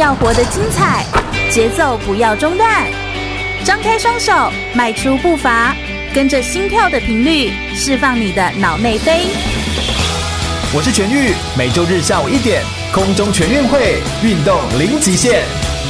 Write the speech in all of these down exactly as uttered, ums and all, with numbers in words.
要活得精彩，节奏不要中断，张开双手，迈出步伐，跟着心跳的频率，释放你的脑内啡。 我是全玉，每周日下午一点，空中全运会，运动零极限。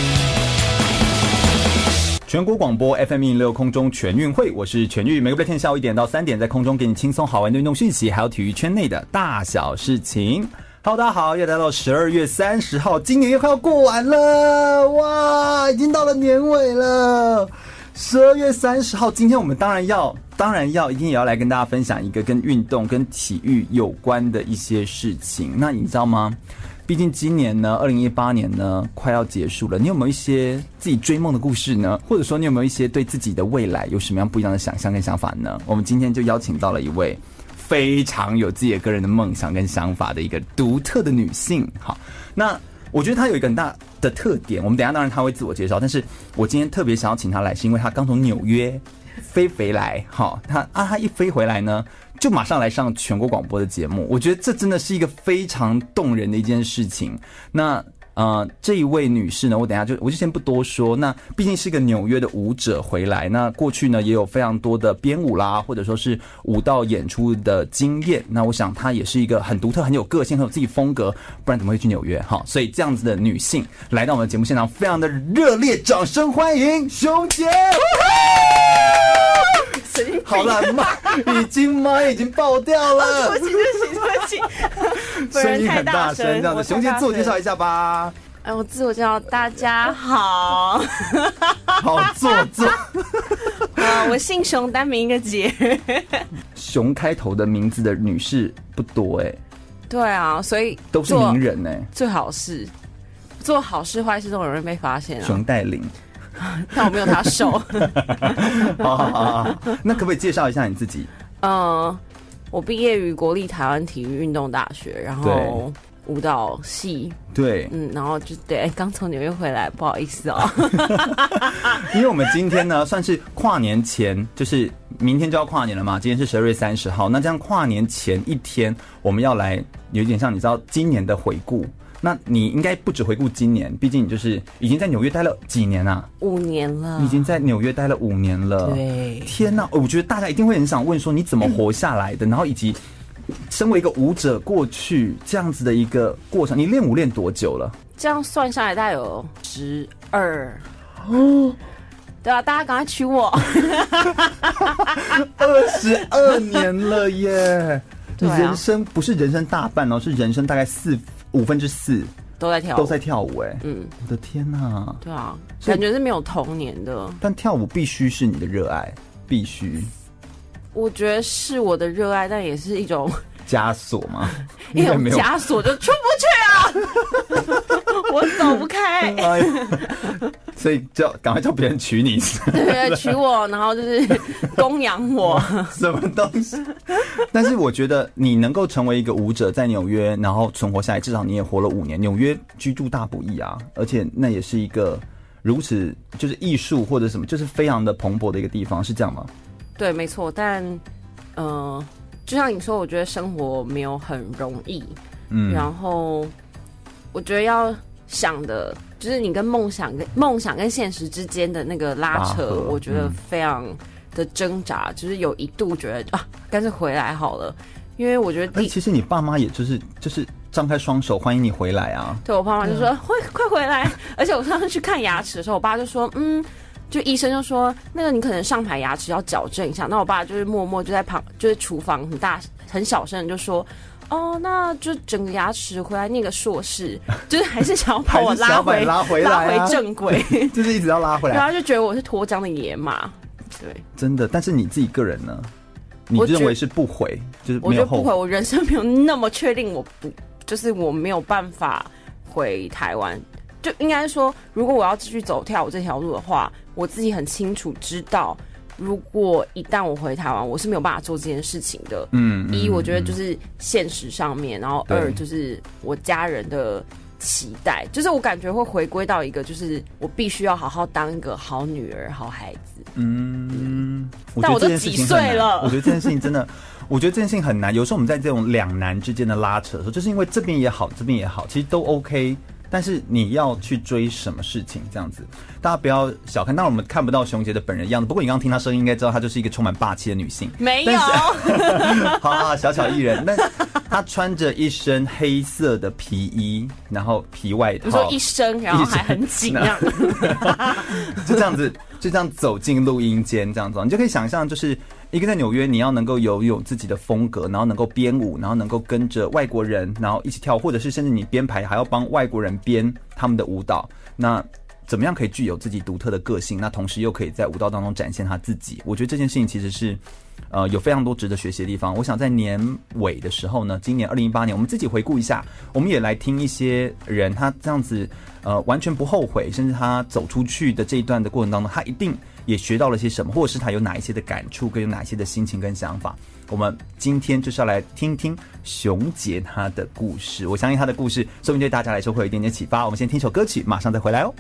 全国广播 F M 一零六空中全运会，我是全玉，每个白天下午一点到三点，在空中给你轻松好玩的运动讯息，还有体育圈内的大小事情。Hello， 大家好，又来到十二月三十号，今年又快要过完了，哇，已经到了年尾了。十二月三十号，今天我们当然要，当然要，一定也要来跟大家分享一个跟运动、跟体育有关的一些事情。那你知道吗？毕竟今年呢，二零一八年呢，快要结束了。你有没有一些自己追梦的故事呢？或者说，你有没有一些对自己的未来有什么样不一样的想象跟想法呢？我们今天就邀请到了一位非常有自己的个人的梦想跟想法的一个独特的女性。好，那我觉得她有一个很大的特点，我们等一下当然她会自我介绍，但是我今天特别想要请她来，是因为她刚从纽约飞回来。好，她啊，她一飞回来呢，就马上来上全国广播的节目，我觉得这真的是一个非常动人的一件事情。那呃，这一位女士呢，我等一下就我就先不多说。那毕竟是一个纽约的舞者回来，那过去呢也有非常多的编舞啦，或者说是舞蹈演出的经验。那我想她也是一个很独特、很有个性、很有自己风格，不然怎么会去纽约？好，所以这样子的女性来到我们的节目现场，非常的热烈，掌声欢迎熊姐！好了，妈已经妈已经爆掉了， 对不起，对不起，对不起， 声音很大声，这样子。熊姐自我介绍一下吧。 哎，我自我介绍，大家好， 好做作。 啊，我姓熊，单名一个姐。 熊开头的名字的女士不多哎、欸。 对啊，所以都是名人哎、欸。 最好是做好事坏事都有人被发现啊。 熊黛林。 但我没有他瘦。 好好好好，那可不可以介绍一下你自己？ 嗯，我毕业于国立台湾体育运动大学，然后舞蹈系。 对， 嗯，然后就对，刚从纽约回来，不好意思哦。 因为我们今天呢，算是跨年前，就是明天就要跨年了嘛。今天是十二月三十号，那这样跨年前一天，我们要来有点像你知道今年的回顾。那你应该不只回顾今年，毕竟你就是已经在纽约待了几年啊？ 五年了。 你已经在纽约待了五年了。 对。 天哪，我觉得大家一定会很想问说你怎么活下来的，然后以及身为一个舞者过去这样子的一个过程，你练舞练多久了？ 这样算下来大概有十二。哦。对啊，大家赶快娶我。 二十二年了耶！ 对啊， 人生不是人生大半哦，是人生大概四五分之四都在跳舞， 都在跳舞哎、欸。 嗯， 我的天哪！ 对啊，感觉是没有童年的。 但跳舞必须是你的热爱，必须。 我觉得是我的热爱，但也是一种枷锁吗？ 一种枷锁，就出不去啊！我走不开。 哎呀，所以就赶快叫别人娶你。 对，娶我，然后就是供养我。 什么东西？但是我觉得你能够成为一个舞者，在纽约然后存活下来，至少你也活了五年。纽约居住大不易啊，而且那也是一个如此就是艺术或者什么，就是非常的蓬勃的一个地方，是这样吗？ 对，没错。但呃，就像你说，我觉得生活没有很容易。嗯，然后我觉得要想的，就是你跟梦想、跟梦想跟现实之间的那个拉扯，我觉得非常的挣扎。嗯、就是有一度觉得啊，干脆回来好了，因为我觉得， 哎，其实你爸妈也就是就是张开双手欢迎你回来啊。 对，我爸妈就说：“快、嗯、快回来！”而且我上次去看牙齿的时候，我爸就说：“嗯。”就医生就说，那个你可能上排牙齿要矫正一下。那我爸就是默默就在旁，就是厨房很大很小声就说，哦，那就整个牙齿回来念个硕士，就是还是想要把我拉回拉回来、啊、 拉回正轨， 就是一直要拉回来。 然后就觉得我是脱缰的野马，对， 真的。但是你自己个人呢？你认为是不回，就是没有后悔？ 我觉得不回，我人生没有那么确定，我不就是我没有办法回台湾。就应该说，如果我要继续走跳舞这条路的话，我自己很清楚知道，如果一旦我回台湾，我是没有办法做这件事情的。嗯，一我觉得就是现实上面，然后二就是我家人的期待，就是我感觉会回归到一个，就是我必须要好好当一个好女儿、好孩子。嗯， 我但我都几岁了， 我觉得这件事情真的。我觉得这件事情很难，有时候我们在这种两难之间的拉扯的时候，就是因为这边也好，这边也好，其实都 OK。 但是你要去追什么事情这样子，大家不要小看。当然我们看不到熊姐的本人样子，不过你刚刚听她声音应该知道她就是一个充满霸气的女性。 没有， 好好小巧艺人，但她穿着一身黑色的皮衣，然后皮外套， 你说一身，然后还很紧这样， 就这样子就这样走进录音间，这样子你就可以想象，就是一个在纽约，你要能够有有自己的风格，然后能够编舞，然后能够跟着外国人，然后一起跳，或者是甚至你编排还要帮外国人编他们的舞蹈，那怎么样可以具有自己独特的个性？那同时又可以在舞蹈当中展现他自己。我觉得这件事情其实是，呃，有非常多值得学习的地方。我想在年尾的时候呢，今年二零一八年，我们自己回顾一下，我们也来听一些人他这样子，呃，完全不后悔，甚至他走出去的这一段的过程当中，他一定也学到了些什么，或者是他有哪一些的感触，跟有哪一些的心情跟想法。我们今天就是要来听听熊姐她的故事，我相信她的故事说不定对大家来说会有一点点启发。我们先听首歌曲，马上再回来哦。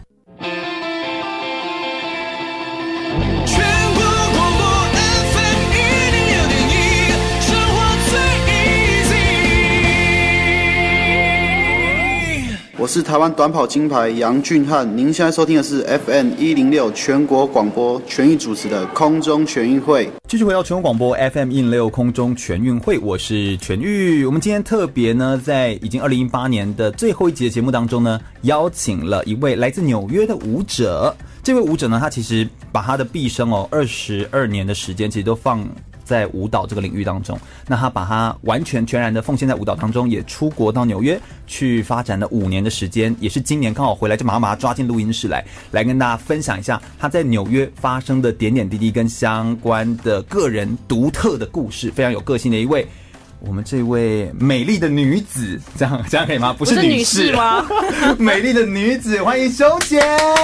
我是台湾短跑金牌杨俊翰，您现在收听的是 F M 一零六全国广播全域主持的空中全运会。 继续回到全国广播 F M 一零六空中全运会，我是全玉。我们今天特别呢，在已经二零一八年的最后一集的节目当中呢，邀请了一位来自纽约的舞者。这位舞者呢，他其实把他的毕生哦，二十二年的时间，其实都放在舞蹈这个领域当中。那他把他完全全然的奉献在舞蹈当中，也出国到纽约去发展了五年的时间，也是今年刚好回来，就马上把他抓进录音室来，来跟大家分享一下他在纽约发生的点点滴滴跟相关的个人独特的故事，非常有个性的一位。我们这位美丽的女子，这样这样可以吗？不是女士, 不是女士吗？ 美丽的女子，欢迎熊姐，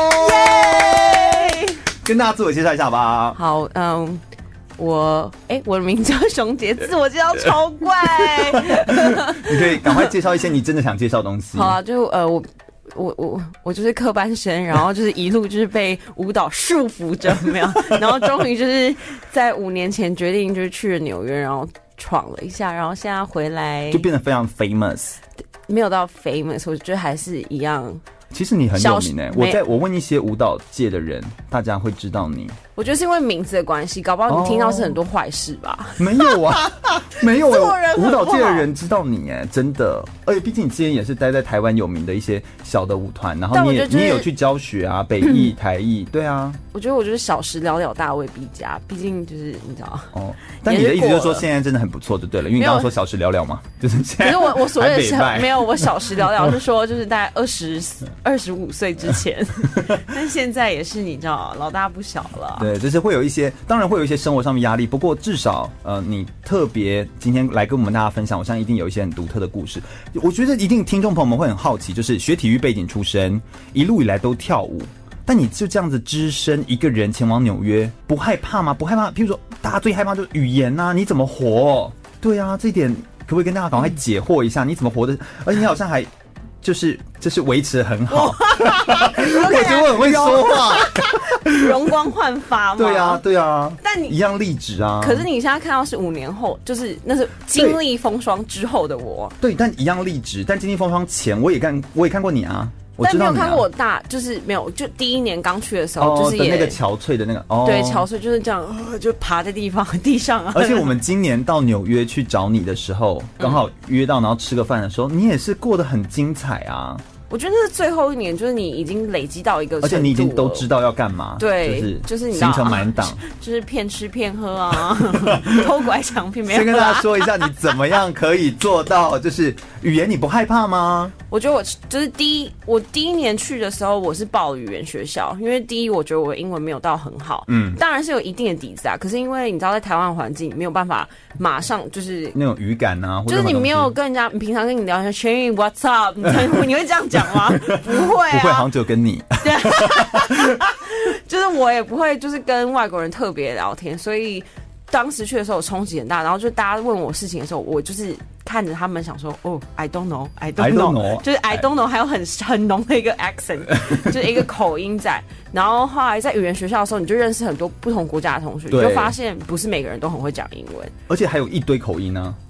跟大家自我介绍一下吧。 好，嗯，我哎、欸，我的名字叫熊姐，自我介绍超怪。 你可以赶快介绍一些你真的想介绍的东西。 好啊，就呃我。我我我就是科班生，然后就是一路就是被舞蹈束缚着，没有，然后终于就是在五年前决定就是去了纽约，然后闯了一下，然后现在回来就变得非常 famous， 没有到 famous， 我觉得还是一样。 其实你很有名诶，我在我问一些舞蹈界的人，大家会知道你。我觉得是因为名字的关系，搞不好你听到是很多坏事吧？ 哦、没有啊，没有舞蹈界的人知道你哎，真的。而且毕竟你之前也是待在台湾有名的一些小的舞团，然后你也、就是、你也有去教学啊，北艺、台艺，对啊。我觉得我就是小时了了，大未必佳，毕竟就是你知道。 哦，但你的意思就是说现在真的很不错，就对了，因为你刚刚说小时了了嘛，就是现在。 可是我我所谓的是没有，我小时了了是说就是大概二十二十五岁之前，但现在也是你知道老大不小了。 对，就是会有一些，当然会有一些生活上面压力，不过至少呃，你特别今天来跟我们大家分享，我相信一定有一些很独特的故事。我觉得一定听众朋友们会很好奇，就是学体育背景出身，一路以来都跳舞，但你就这样子只身一个人前往纽约，不害怕吗？不害怕？譬如说，大家最害怕就是语言啊，你怎么活？对啊，这一点可不可以跟大家赶快解惑一下？你怎么活的？而且你好像还。就是就是维持得很好，我觉得我很会说话， 容光焕发嘛。 对啊，对啊， 但你一样励志啊。 可是你现在看到是五年后，就是那是经历风霜之后的我。 对，但一样励志。但经历风霜前，我也看，我也看过你啊。我知道但没有看过我大，就是没有，就第一年刚去的时候，就是也、 哦、那个憔悴的那个，哦， 对，憔悴就是这样，呃、就爬在地方地上啊。 而且我们今年到纽约去找你的时候，刚好约到，然后吃个饭的时候，你也是过得很精彩啊。 我觉得那是最后一年，就是你已经累积到一个程度了， 而且你已经都知道要干嘛， 对， 就是就是你行程满档， 就是骗吃骗喝啊，偷拐抢骗。 先跟大家说一下，你怎么样可以做到，就是语言你不害怕吗？ 我觉得我就是第一，我第一年去的时候，我是报语言学校，因为第一，我觉得我英文没有到很好，嗯，当然是有一定的底子啊。可是因为你知道，在台湾环境没有办法马上就是那种语感啊， 就是你没有跟人家，你平常跟你聊天，全语 What's up， 你你会这样讲吗？不会啊， 不会，好像只有跟你。 对，就是我也不会，就是跟外国人特别聊天，所以当时去的时候冲击很大。然后就大家问我事情的时候，我就是看着他们想说，哦 ，I don't know, I don't know，, I don't know 就是 I don't know， 还有很很浓的一个 accent， 就是一个口音在。然后后来在语言学校的时候，你就认识很多不同国家的同学，你就发现不是每个人都很会讲英文， 而且还有一堆口音呢、啊。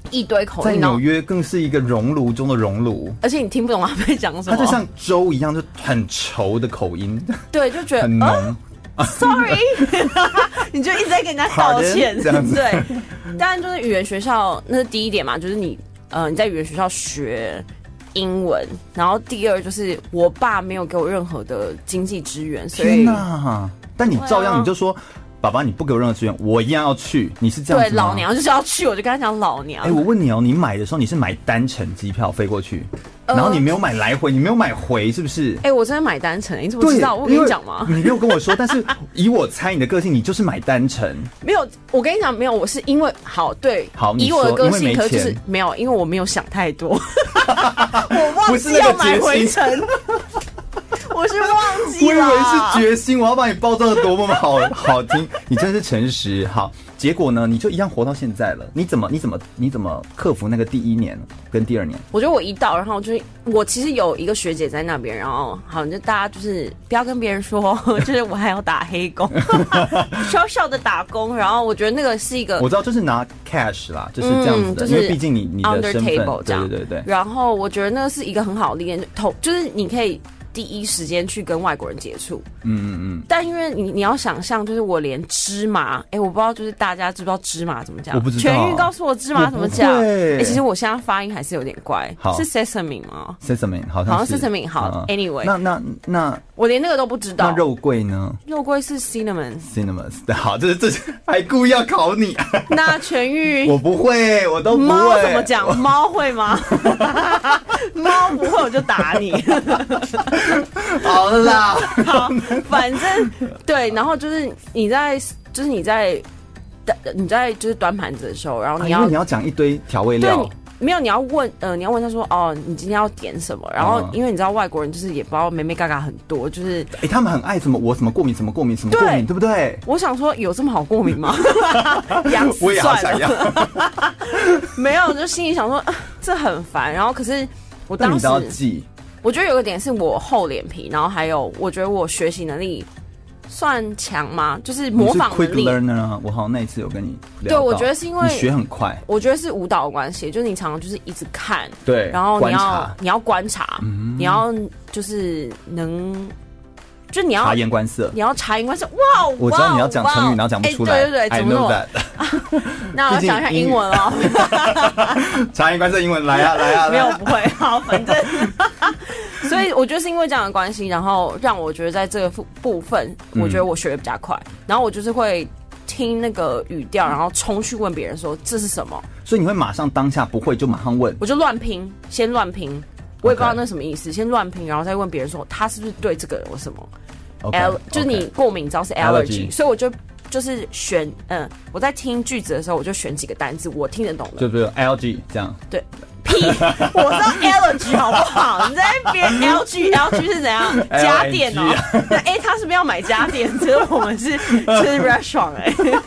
一堆口在音， 纽约更是一个熔炉中的熔炉， 而且你听不懂他们在讲什么， 它就像粥一样，就很稠的口音， 对，就觉得很浓。 呃、Sorry， 你就一直在跟人家道歉， 这样子。 对，当然就是语言学校，那是第一点嘛，就是你呃你在语言学校学英文，然后第二就是我爸没有给我任何的经济支援，所以天哪！但你照样你就说。爸爸，你不给我任何资源，我一样要去。你是这样子吗？ 对，老娘就是要去，我就跟他讲老娘。 哎、欸，我问你哦，你买的时候你是买单程机票飞过去，呃、然后你没有买来回，你没有买回，是不是？ 哎、欸，我真的买单程，你怎么知道？我跟你讲吗？ 你没有跟我说，但是以我猜你的个性，你就是买单程。 没有，我跟你讲，没有，我是因为好对， 好， 以我的个性，可是就是没有，因为我没有想太多，我忘记要买回程。我是忘记了， 我以为是决心，我要把你包装的多么好好听，你真是诚实。好，结果呢，你就一样活到现在了。你怎么，你怎么，你怎么克服那个第一年跟第二年？ 我觉得我一到，然后就是我其实有一个学姐在那边，然后好，就大家就是不要跟别人说，就是我还要打黑工，小小的打工。然后我觉得那个是一个， 我知道，就是拿 cash 啦，就是这样子的，嗯就是、因为毕竟你你的身份 under table 这样， 对对对。 然后我觉得那个是一个很好的历练，头就是你可以。第一时间去跟外国人接触，嗯嗯嗯，但因为你你要想象，就是我连芝麻，哎、欸，我不知道，就是大家知不知道芝麻怎么讲？ 我不知道。 全玉告诉我芝麻怎么讲？哎、欸，其实我现在发音还是有点怪，是 sesame 吗 ？sesame 好像好像 sesame 好、嗯、，anyway， 那那那我连那个都不知道。 那肉桂呢？ 肉桂是 cinnamon，cinnamon， 好，这这还故意要考你。 那全玉我不会，我都不会。 猫怎么讲？猫会吗？猫不会，我就打你。 好啦， 好，反正对，然后就是你在，就是你在，你在就是端盘子的时候，然后你要、 啊、因为你要讲一堆调味料， 对，没有你要问，呃，你要问他说，哦，你今天要点什么？然后、嗯、因为你知道外国人就是也不知道眉眉嘎嘎很多，就是哎、欸，他们很爱什么我什么过敏什么过敏什么过敏，对不对？ 我想说有这么好过敏吗？养死我也好想要， 没有，就心里想说、啊、这很烦，然后可是我当时但你都要记。 我觉得有个点是我厚脸皮，然后还有我觉得我学习能力算强吗？就是模仿能力。 你是 quick learner 啊，我好像那一次有跟你聊到。 对，我觉得是因为你学很快。 我觉得是舞蹈的关系，就是你常常就是一直看， 对， 然后你要你要观察，嗯、你要就是能。就你要察言观色， 你要察言观色。哇， 我知道你要讲成语，然后讲不出来。 欸、对对对， I know that 那我要讲一下英文哦。 察言观色英文来啊来啊！ 没有不会，好，反正。所以我觉得是因为这样的关系，然后让我觉得在这个部分，我觉得我学的比较快。嗯、然后我就是会听那个语调，然后冲去问别人说这是什么。 所以你会马上当下不会就马上问， 我就乱拼，先乱拼。我也不知道那什么意思， okay. 先乱拼，然后再问别人说他是不是对这个有什么 ，okay, 就是你过敏，你知道是 allergy，, allergy. 所以我就就是选，嗯，我在听句子的时候，我就选几个单字我听得懂的， 就比如 L G 这样。 对，屁，我知道 allergy 好不好？你在那边 L G L G 是怎样？家电哦，那哎，他是不是要买家电？其实我们是是 restaurant 哎、欸。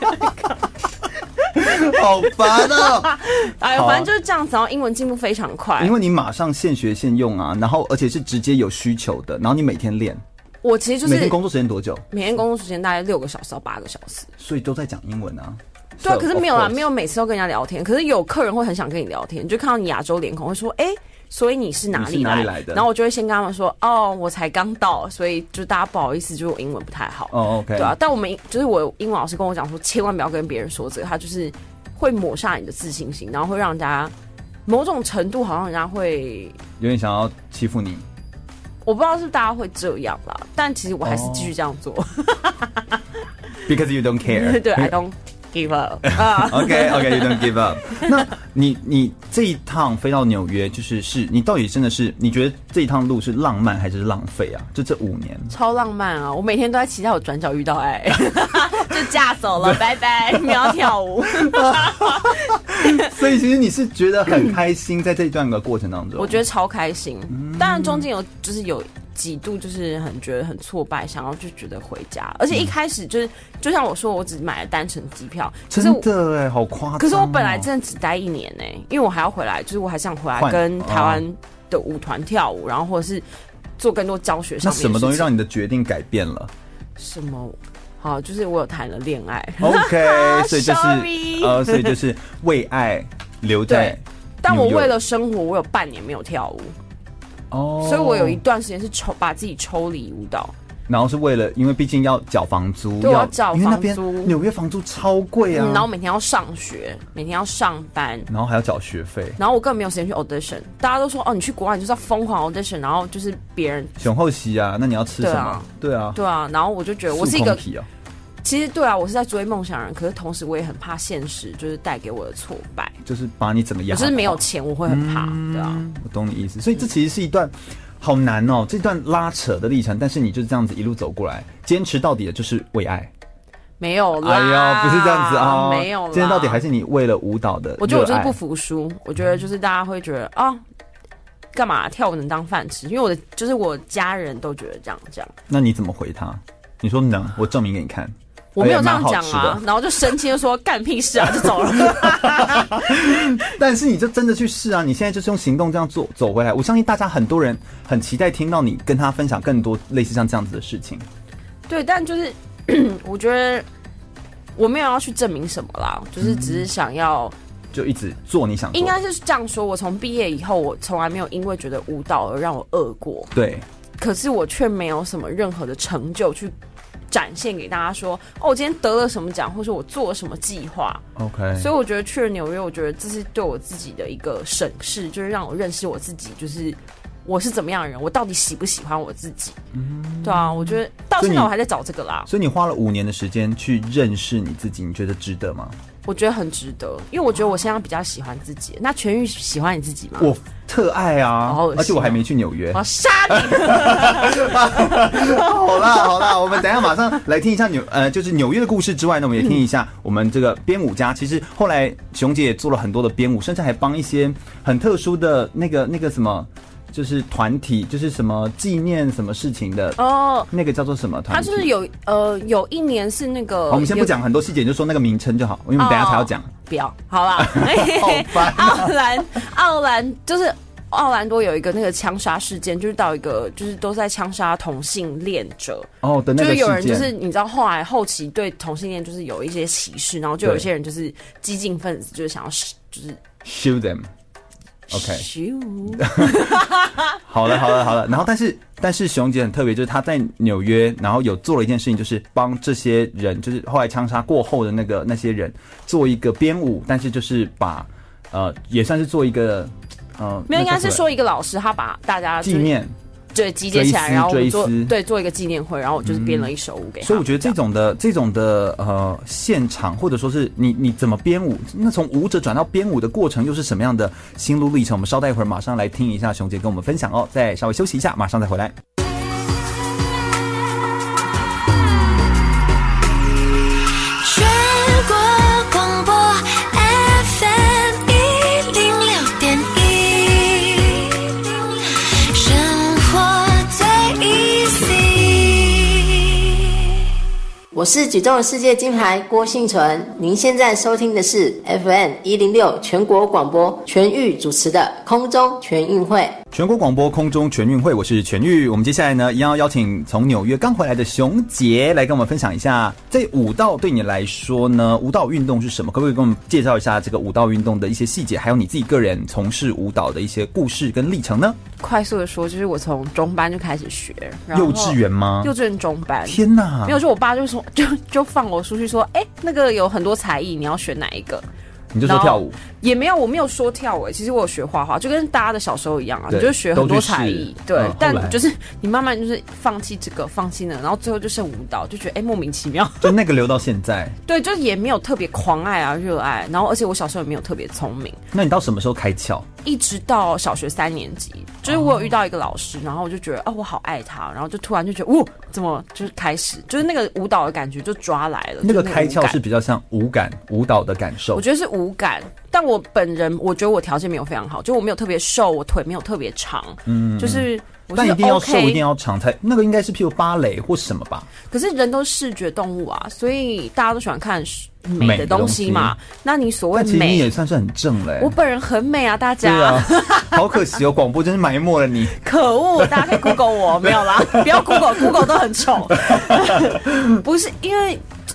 好烦哦！ 哎呀，反正就是这样子，然后英文进步非常快， 因为你马上现学现用啊，然后而且是直接有需求的，然后你每天练。 我其实就是每天工作时间多久？ 每天工作时间大概六个小时到八个小时， 所以都在讲英文啊。 对啊，可是没有啦，没有每次都跟人家聊天，可是有客人会很想跟你聊天，你就看到你亚洲脸孔，会说，哎、欸。所以你是哪里来？ 哪里来的？ 然后我就会先跟他们说，哦，我才刚到，所以就大家不好意思，就是我英文不太好。 哦 ，OK， 对啊。但我们就是我英文老师跟我讲说，千万不要跟别人说这个，他就是会抹杀你的自信心，然后会让人家某种程度好像人家会有点想要欺负你。 我不知道是不是大家会这样啦，但其实我还是继续这样做。Oh. Because you don't care 。 对 ，I don't give up 啊。OK OK， you don't give up 。那你你这一趟飞到纽约，就是是你到底真的是你觉得这一趟路是浪漫还是浪费啊？就这五年， 超浪漫啊！我每天都在期待我转角遇到爱，就嫁走了，拜拜，不要跳舞。 所以其实你是觉得很开心，在这一段的过程当中， 我觉得超开心。嗯、当然中间有就是有。几度就是很觉得很挫败，想要就觉得回家，而且一开始就是、嗯、就像我说，我只买了单程机票， 真的哎，好夸张、哦。 可是我本来真的只待一年哎，因为我还要回来，就是我还想回来跟台湾的舞团跳舞，然后或者是做更多教学上面的事情。那什么东西让你的决定改变了？ 什么？好，就是我有谈了恋爱。 OK， 所以就是呃，所以就是为爱留在。 但我为了生活，我有半年没有跳舞。哦，所以我有一段时间是抽把自己抽离舞蹈。 然后是为了，因为毕竟要缴房租， 对，要缴房租， 因为那边纽约房租超贵啊、 嗯。然后每天要上学，每天要上班， 然后还要缴学费。 然后我根本没有时间去 audition。大家都说哦，你去国外你就是要疯狂 audition， 然后就是别人雄厚席啊，那你要吃什么？对啊，对啊。 对啊，然后我就觉得我是一个，其实对啊，我是在追梦想人，可是同时我也很怕现实，就是带给我的挫败， 就是把你怎么样？ 我就是没有钱，我会很怕，嗯、对啊。 我懂你意思，所以这其实是一段。好难哦，这段拉扯的历程，但是你就是这样子一路走过来，坚持到底的就是为爱。 没有啦， 哎呀，不是这样子啊、哦， 没有啦， 今天到底还是你为了舞蹈的热爱。 我觉得我就是不服输，我觉得就是大家会觉得啊，干嘛跳舞能当饭吃？因为我的就是我家人都觉得这样这样。 那你怎么回他？你说能，我证明给你看。 我没有这样讲啊，然后就生气就说干屁事啊，就走了。 但是你就真的去试啊！你现在就是用行动这样做走回来，我相信大家很多人很期待听到你跟他分享更多类似像这样子的事情。 对，但就是我觉得我没有要去证明什么啦，就是只是想要、嗯、 就一直做你想做。 应该是这样说，我从毕业以后，我从来没有因为觉得舞蹈而让我饿过。 对， 可是我却没有什么任何的成就去展现给大家说，哦，我今天得了什么奖，或者我做了什么计划。 OK， 所以我觉得去了纽约，我觉得这是对我自己的一个审视，就是让我认识我自己，就是我是怎么样的人，我到底喜不喜欢我自己。嗯，对啊，我觉得到现在我还在找这个啦。 所以你花了五年的时间去认识你自己，你觉得值得吗？ 我觉得很值得，因为我觉得我现在比较喜欢自己。那全玉喜欢你自己吗？ 我特爱啊， 哦、 而且我还没去纽约。 我杀你！ 好啦好啦，我们等一下马上来听一下纽呃，就是纽约的故事之外呢，我们也听一下我们这个编舞家。其实后来熊姐也做了很多的编舞，甚至还帮一些很特殊的那个那个什么。就是团体，就是什么纪念什么事情的哦，那个叫做什么团体？ 他就是有呃有一年是那个， 我们先不讲很多细节，就说那个名称就好，因为我们等一下才要讲。 不要，好啦。 好烦啊。 奥兰，奥兰就是奥兰多有一个那个枪杀事件，就是到一个就是都在枪杀同性恋者哦的那个事件， 就是有人就是你知道后来后期对同性恋就是有一些歧视，然后就有一些人就是激进分子，就是想要就是 shoot them。OK， 好了好了好了，然后但是但是熊姐很特别，就是她在纽约，然后有做了一件事情，就是帮这些人，就是后来枪杀过后的那个那些人做一个编舞，但是就是把呃也算是做一个呃， 没有，应该是说一个老师他把大家纪念。 对，集结起来，然后我做对做一个纪念会，然后我就是编了一首舞给他、嗯。 所以我觉得这种的这种的呃现场，或者说是你你怎么编舞，那从舞者转到编舞的过程又是什么样的心路历程？我们稍待一会儿，马上来听一下熊姐跟我们分享哦。再稍微休息一下，马上再回来。 全国广播 F M 一零六点一。 我是举重世界金牌郭幸存，您现在收听的是 F M 一零六全国广播全域主持的空中全运会。 全国广播空中全运会，我是全玉。我们接下来呢，一样要邀请从纽约刚回来的熊姐来跟我们分享一下，在舞蹈对你来说呢，舞蹈运动是什么？可不可以跟我们介绍一下这个舞蹈运动的一些细节，还有你自己个人从事舞蹈的一些故事跟历程呢？ 快速的说，就是我从中班就开始学， 幼稚园吗？ 幼稚园中班。 天哪！ 没有，就我爸就说，就就放我出去说，哎、欸，那个有很多才艺，你要选哪一个？ 你就说跳舞， 也没有，我没有说跳舞、欸。其实我有学画画，就跟大家的小时候一样啊，你就学很多才艺，对、嗯。但就是你慢慢就是放弃这个，放弃那个，然后最后就剩舞蹈，就觉得哎、欸、莫名其妙。 就那个留到现在。 对，就也没有特别狂爱啊、热爱，然后而且我小时候也没有特别聪明。 那你到什么时候开窍？ 一直到小学三年级，就是我有遇到一个老师，然后我就觉得哦，我好爱他，然后就突然就觉得，哦，怎么就是开始，就是那个舞蹈的感觉就抓来了。 那个开窍是比较像舞感、舞蹈的感受。 我觉得是舞感，但我本人我觉得我条件没有非常好，就我没有特别瘦，我腿没有特别长，嗯，就是。 但一定要瘦，一定要长才那个应该是譬如芭蕾或什么吧。 可是人都是视觉动物啊，所以大家都喜欢看美的东西嘛。那你所谓美， 其实你也算是很正嘞、欸。 我本人很美啊，大家。 对啊，好可惜哦，广播真是埋没了你。 可恶，大家可以 Google 我，没有啦，不要 Google，Google 都很丑。不是因为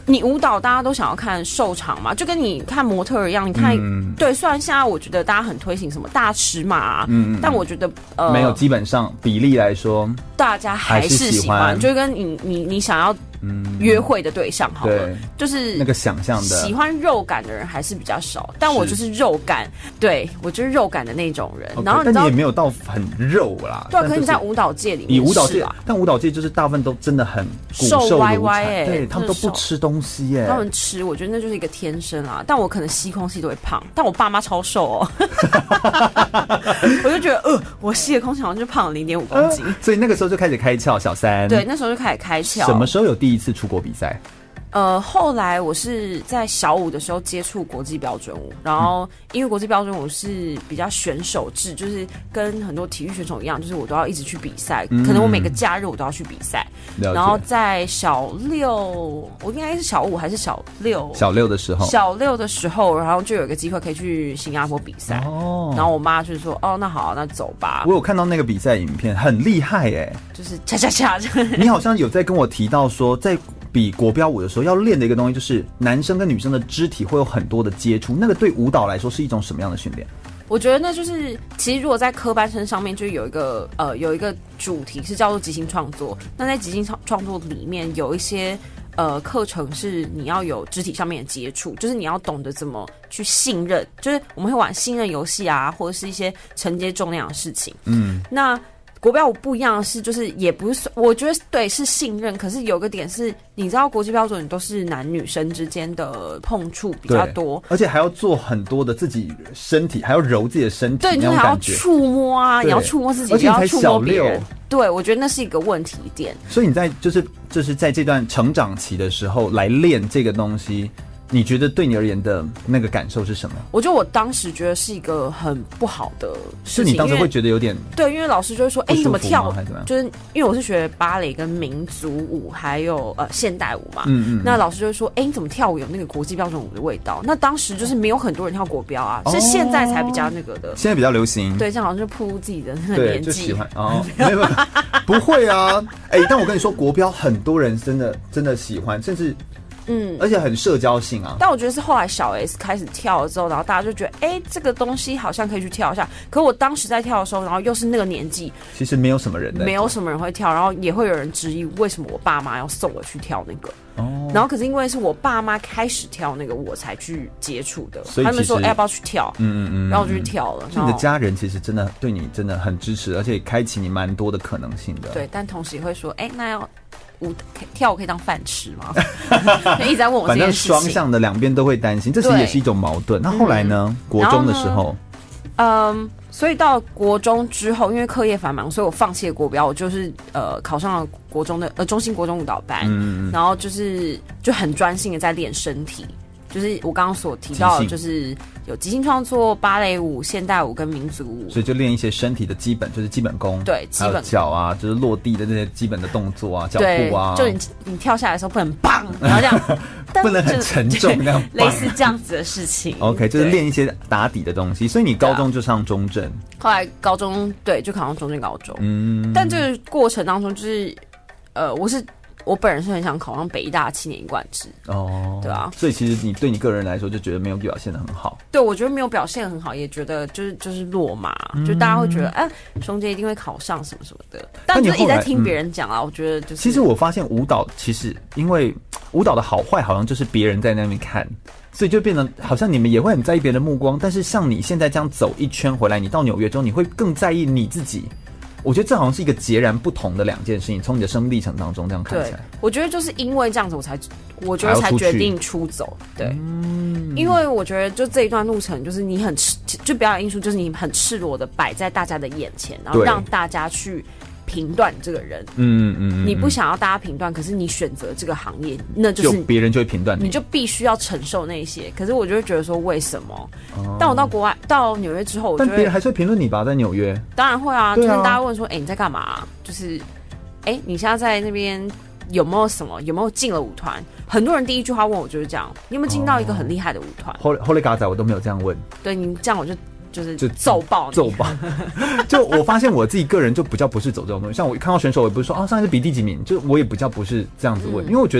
你舞蹈大家都想要看瘦长嘛，就跟你看模特儿一样。你看，嗯、对，虽然现在我觉得大家很推行什么大尺码、啊，嗯，但我觉得呃， 没有，基本上比例来说， 大家还是喜欢，是喜欢就跟你你你想要约会的对象好了，就是那个想象的喜欢肉感的人还是比较少，但我就是肉感，对我就是肉感的那种人。 Okay, 然后你但你也没有到很肉啦， 对、啊，可是你在舞蹈界里面， 以舞蹈界，但舞蹈界就是大部分都真的很骨瘦歪歪哎， 对他们都不吃东西耶、欸， 他们吃，我觉得那就是一个天生啊。但我可能吸空气都会胖，但我爸妈超瘦哦，我就觉得呃，我吸的空气好像就胖了零点五公斤、呃， 所以那个时候就开始开窍，小三， 对，那时候就开始开窍。 什么时候有第一次出国比赛？ 呃，后来我是在小五的时候接触国际标准舞，然后因为国际标准舞是比较选手制，就是跟很多体育选手一样，就是我都要一直去比赛、嗯，可能我每个假日我都要去比赛。然后在小六，我应该是小五还是小六？ 小六的时候， 小六的时候，然后就有一个机会可以去新加坡比赛。哦，然后我妈就说：“哦，那好、啊，那走吧。” 我有看到那个比赛影片，很厉害哎、欸， 就是恰恰恰。 你好像有在跟我提到说，在比国标舞的时候要练的一个东西，就是男生跟女生的肢体会有很多的接触，那个对舞蹈来说是一种什么样的训练？ 我觉得那就是，其实如果在科班生上面，就有一个呃有一个主题是叫做即兴创作。那在即兴创创作里面有一些呃课程是你要有肢体上面的接触，就是你要懂得怎么去信任，就是我们会玩信任游戏啊，或者是一些承接重量的事情。嗯，那国标舞不一样的是，就是也不是，我觉得对是信任，可是有个点是，你知道国际标准都是男女生之间的碰触比较多， 而且还要做很多的自己身体，还要揉自己的身体， 对，你还要触摸啊，你要触摸自己， 而且才小六， 对，我觉得那是一个问题点。 所以你在就是就是在这段成长期的时候来练这个东西。你觉得对你而言的那个感受是什么？ 我觉得我当时觉得是一个很不好的事情， 是你当时会觉得有点对，因为老师就会说，哎、欸，你怎么跳？就是因为我是学芭蕾跟民族舞，还有呃现代舞嘛，嗯嗯，那老师就会说，哎、欸，你怎么跳舞有那个国际标准舞的味道？那当时就是没有很多人跳国标啊，哦、是现在才比较那个的， 现在比较流行。 对，这样好像就暴露自己的那个年纪， 就喜欢哦，没有不会啊，哎、欸，但我跟你说，国标很多人真的真的喜欢，甚至。嗯，而且很社交性啊。 但我觉得是后来小 S 开始跳了之后，然后大家就觉得，哎、欸，这个东西好像可以去跳一下。可我当时在跳的时候，然后又是那个年纪， 其实没有什么人， 没有什么人会跳，然后也会有人质疑为什么我爸妈要送我去跳那个。哦。然后可是因为是我爸妈开始跳那个，我才去接触的。所以他们说，哎、欸，要不要去跳？嗯嗯嗯。然后我就去跳了。 你的家人其实真的对你真的很支持，而且开启你蛮多的可能性的。 对，但同时也会说，哎、欸，那要。舞跳舞可以当饭吃吗？一直在问我这件事情。 反正双向的两边都会担心，这其实也是一种矛盾。那后来呢？嗯、国中的时候， 嗯，所以到国中之后，因为课业繁忙，所以我放弃了国标，我就是呃考上了国中的呃中兴国中舞蹈班，嗯、然后就是就很专心的在练身体。就是我刚刚所提到的，就是有即兴创作、芭蕾舞、现代舞跟民族舞， 所以就练一些身体的基本，就是基本功， 对，基本脚啊，就是落地的这些基本的动作啊，脚步啊， 就你你跳下来的时候不能砰，然后这样， 不能很沉重那样， 类似这样子的事情。 OK， 就是练一些打底的东西。所以你高中就上中正， 后来高中对就考上中正高中，嗯，但这个过程当中就是呃，我是。我本人是很想考上北医大七年一贯制哦，对啊， 所以其实你对你个人来说就觉得没有表现得很好。 对，我觉得没有表现很好，也觉得就是就是落马，嗯、就大家会觉得哎，熊姐一定会考上什么什么的。但就是一直在听别人讲啊、嗯，我觉得就是。 其实我发现舞蹈其实因为舞蹈的好坏好像就是别人在那边看。所以就变成好像你们也会很在意别人的目光，但是像你现在这样走一圈回来，你到纽约之后，你会更在意你自己。我觉得这好像是一个截然不同的两件事情，从你的生命历程当中这样看起来。 我觉得就是因为这样子，我才我觉得才决定出走。对、嗯，因为我觉得就这一段路程，就是你很赤，就表演艺术就是你很赤裸的摆在大家的眼前，然后让大家去评断这个人。嗯嗯嗯，你不想要大家评断，可是你选择这个行业，那就是别人就会评断你， 你就必须要承受那些。可是我就会觉得说，为什么？哦、但我到国外到纽约之后，我觉得但别人还是会评论你吧，在纽约。 当然会啊，啊就是大家问说，哎、欸，你在干嘛？就是，哎、欸，你现在在那边有没有什么？有没有进了舞团？很多人第一句话问我就是这样，你有没有进到一个很厉害的舞团？ 后后来嘎仔我都没有这样问。 对你这样我就。就是就揍爆揍爆，就我发现我自己个人就比较不是走这种东西。像我看到选手，我也不是说啊上一次比第几名，就我也比较不是这样子问，嗯、因为我觉得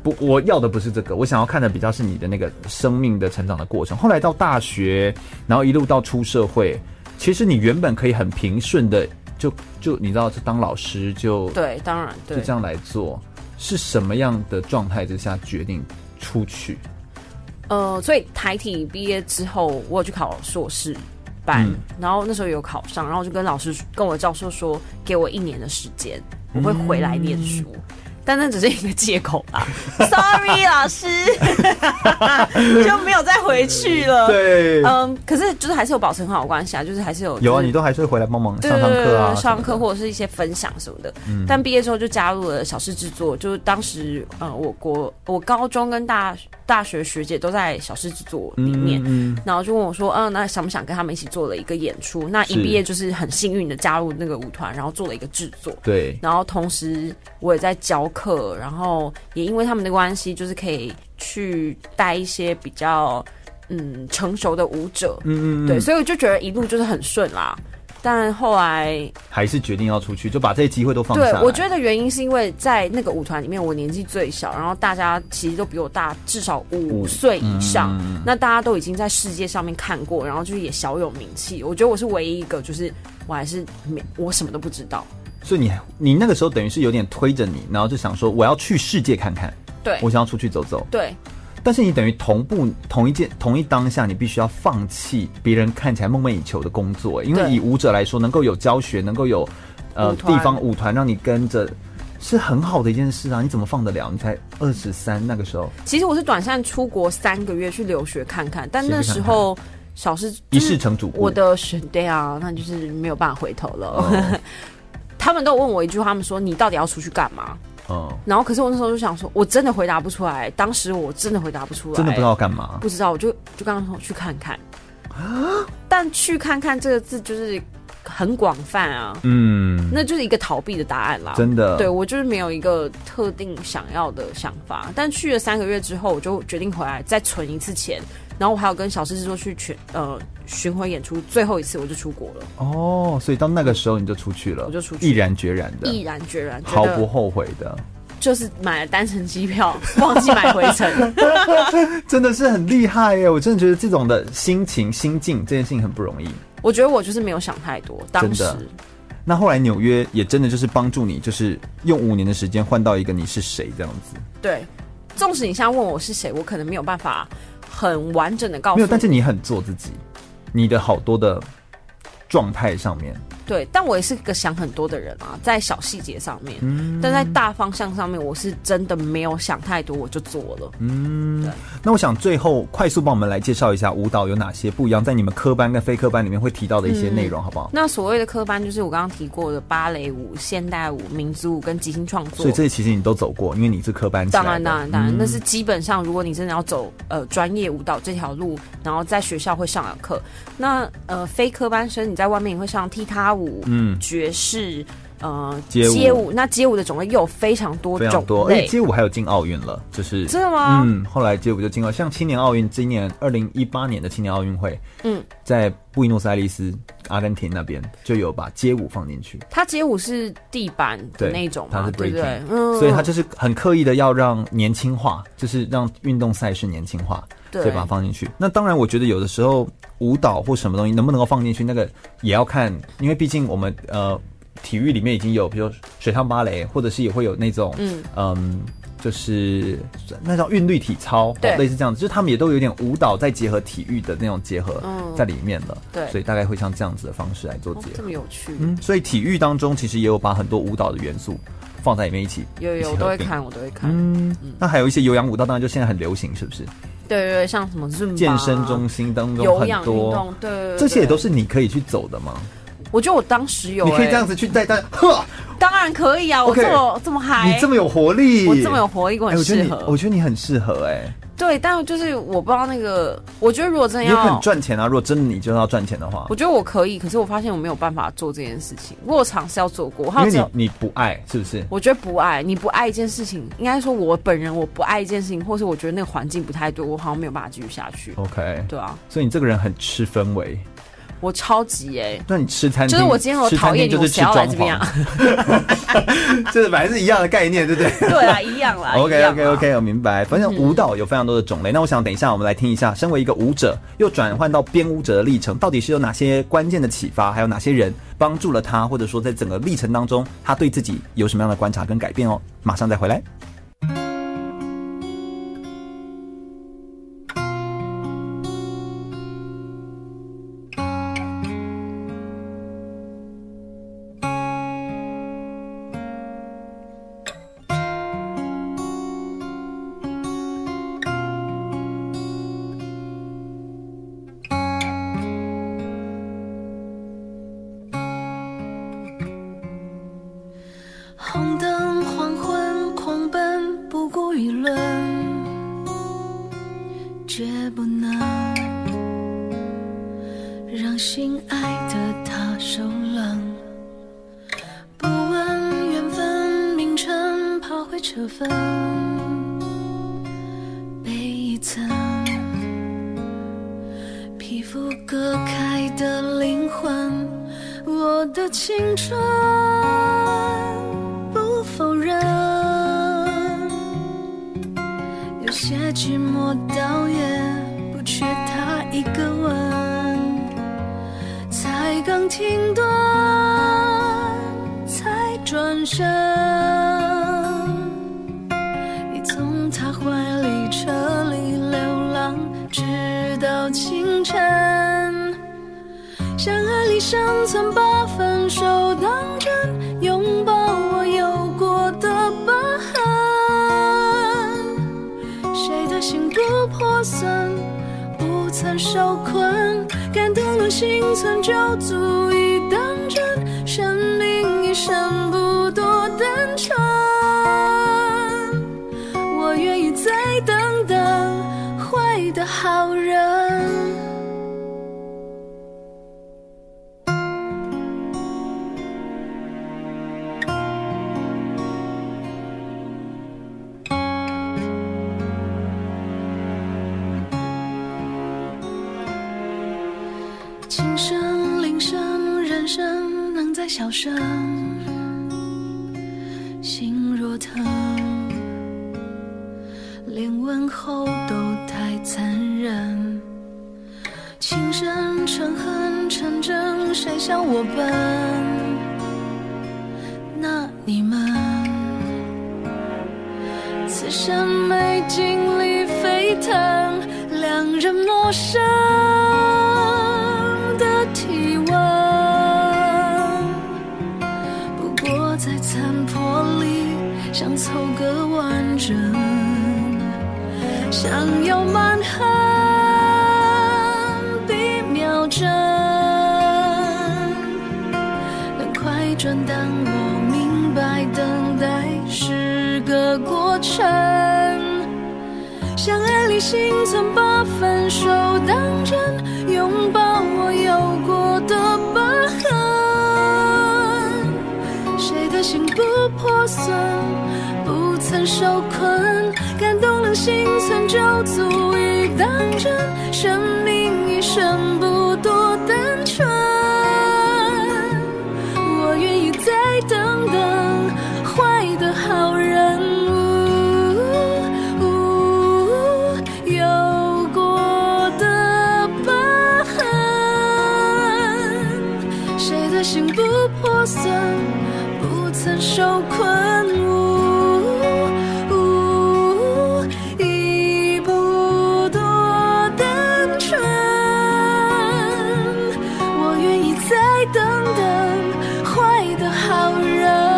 不，我要的不是这个，我想要看的比较是你的那个生命的成长的过程。后来到大学，然后一路到出社会，其实你原本可以很平顺的，就就你知道，就当老师就对，当然对， 就这样来做。是什么样的状态之下决定出去？ 呃，所以台体毕业之后，我有去考硕士班，嗯、然后那时候有考上，然后我就跟老师跟我教授说，给我一年的时间，我会回来念书。嗯，但那只是一个借口啦，sorry 老师，就没有再回去了。 对， 嗯，可是就是还是有保持很好的关系啊，就是还是有、就是、 有啊，你都还是会回来帮忙上上课啊， 上课或者是一些分享什么的。嗯，但毕业之后就加入了小事制作，就是当时呃，我国我高中跟大大学学姐都在小事制作里面，嗯嗯、然后就问我说，嗯、呃，那想不想跟他们一起做了一个演出？那一毕业就是很幸运的加入那个舞团，然后做了一个制作。 对， 然后同时我也在教课，然后也因为他们的关系，就是可以去带一些比较嗯成熟的舞者，嗯嗯，对，所以我就觉得一路就是很顺啦。但后来还是决定要出去，就把这些机会都放下来。 对，我觉得原因是因为在那个舞团里面，我年纪最小，然后大家其实都比我大至少五岁以上，嗯、那大家都已经在世界上面看过，然后就是也小有名气。我觉得我是唯一一个，就是我还是我什么都不知道。 所以你你那个时候等于是有点推着你，然后就想说我要去世界看看， 对， 我想要出去走走， 对。 但是你等于同步同一件同一当下，你必须要放弃别人看起来梦寐以求的工作，因为以舞者来说，能够有教学，能够有呃地方舞团让你跟着，是很好的一件事啊！你怎么放得了？你才二十三那个时候。其实我是短暂出国三个月去留学看看，但那时候小事、就是、 一世成主顾， 我的选对啊，那就是没有办法回头了。哦他们都问我一句话，他们说你到底要出去干嘛？嗯，然后可是我那时候就想说，我真的回答不出来。当时我真的回答不出来， 真的不知道干嘛， 不知道，我就就刚刚说去看看。但去看看这个字就是很广泛啊，嗯，那就是一个逃避的答案啦。 真的， 对我就是没有一个特定想要的想法。但去了三个月之后，我就决定回来再存一次钱。然后我还有跟小事制作去全呃巡回演出，最后一次我就出国了。 哦，所以到那个时候你就出去了， 我就出去， 毅然决然的， 毅然决然， 毫不后悔的， 就是买了单程机票，忘记买回程， 真的是很厉害耶！我真的觉得这种的心情心境这件事情很不容易。 我觉得我就是没有想太多，当时。 那后来纽约也真的就是帮助你，就是用五年的时间换到一个你是谁这样子。 对，纵使你现在问我是谁，我可能没有办法很完整的告诉你， 没有，但是你很做自己，你的好多的状态上面， 对，但我也是个想很多的人啊，在小细节上面，嗯，但在大方向上面，我是真的没有想太多，我就做了。嗯，对。 那我想最后快速帮我们来介绍一下舞蹈有哪些不一样，在你们科班跟非科班里面会提到的一些内容，嗯、好不好？ 那所谓的科班就是我刚刚提过的芭蕾舞、现代舞、民族舞跟即兴创作， 所以这些其实你都走过，因为你是科班起来的。 当然，当然，当然，嗯、那是基本上，如果你真的要走呃专业舞蹈这条路，然后在学校会上的课，那呃非科班生你在外面也会上踢踏舞，嗯，爵士。呃，街 舞, 街舞那街舞的种类又有非常多种类，非常多，而且街舞还有进奥运了，就是真的吗？ 嗯，后来街舞就进了，像青年奥运，今年二零一八年的青年奥运会，嗯，在布宜诺斯艾利斯，阿根廷那边就有把街舞放进去。 它街舞是地板的那种嘛， 它是 breaking， 对不对？嗯， 所以它就是很刻意的要让年轻化，就是让运动赛事年轻化，所以把它放进去。那当然，我觉得有的时候舞蹈或什么东西能不能够放进去，那个也要看，因为毕竟我们呃。体育里面已经有，比如说水上芭蕾，或者是也会有那种，嗯嗯，就是那叫韵律体操，对，类似这样子，就是他们也都有点舞蹈再结合体育的那种结合在里面了，对，所以大概会像这样子的方式来做结合，哦、 这么有趣， 嗯，所以体育当中其实也有把很多舞蹈的元素放在里面一起， 有有我都会看，我都会看， 嗯，嗯那还有一些有氧舞蹈，当然就现在很流行，是不是？ 对对对，像什么健身中心当中很多， 对, 对, 对， 这些也都是你可以去走的吗？ 我觉得我当时有、欸， 你可以这样子去带带，呵， 当然可以啊！我这么、okay, 这么嗨， 你这么有活力， 我这么有活力，我很适合、 欸。我觉得你很适合哎、欸。 对，但就是我不知道那个，我觉得如果真的要， 你很赚钱啊！如果真的你就要赚钱的话， 我觉得我可以，可是我发现我没有办法做这件事情。我有尝试要做过， 因为你你不爱，是不是？ 我觉得不爱，你不爱一件事情，应该说我本人我不爱一件事情，或是我觉得那个环境不太对，我好像没有办法继续下去。 OK， 对啊， 所以你这个人很吃氛围。 我超级哎、欸。 那你吃餐厅， 就是我今天我讨厌你，我谁要来这边啊？ 这反正是一样的概念，对不对？ 对啊，一样啦。 OK OK OK， 我明白。反正舞蹈有非常多的种类，嗯、那我想等一下我们来听一下，身为一个舞者又转换到编舞者的历程，到底是有哪些关键的启发，还有哪些人帮助了他，或者说在整个历程当中，他对自己有什么样的观察跟改变哦？马上再回来。 红灯黄昏狂奔，不顾舆论，绝不能让心爱的他受冷。不问缘分名称，抛回车分，被一层皮肤割开的灵魂，我的青春否认，有些寂寞到也不缺他一个吻，才刚停顿，才转身，你从他怀里车里流浪，直到清晨，相爱里生存八分，手当真，拥抱我有过的疤痕，谁的心不破损，不曾受困，感动了心存就足以当真，生命一生不多单纯，我愿意再等等坏的好人。轻声铃声，人生能再小声，心若疼，连问候都太残忍，情深成恨成真，谁笑我笨？那你们此生没经历沸腾，两人陌生的体温，不过在残破里想凑个完整，想要满痕比秒针能快转，但我明白等待是个过程，相爱里心存八分，手当真，拥抱我有过的疤痕，谁的心不破损，不曾受困，感动了心存就足以当真，生命一生不多单纯，我愿意再等等坏的好人，有过的疤痕，谁的心不破损，不曾受困，已不多单纯，我愿意再等等坏的好人。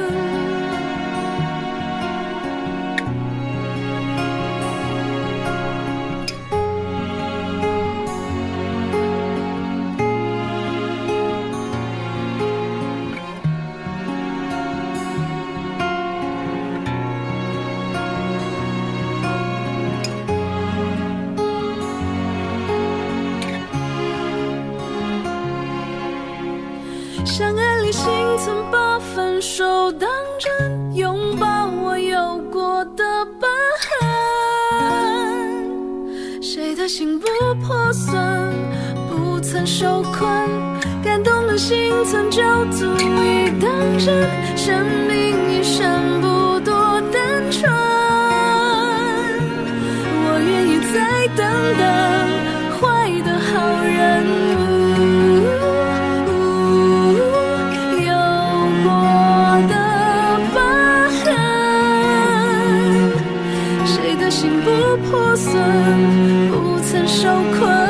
相爱里心存八分，手当真，拥抱我有过的疤痕，谁的心不破损，不曾曾受困，感动的心曾就足以当真，生命一生不多单纯，我愿意再等等坏的好人，有过的疤痕，谁的心不破损，不曾受困，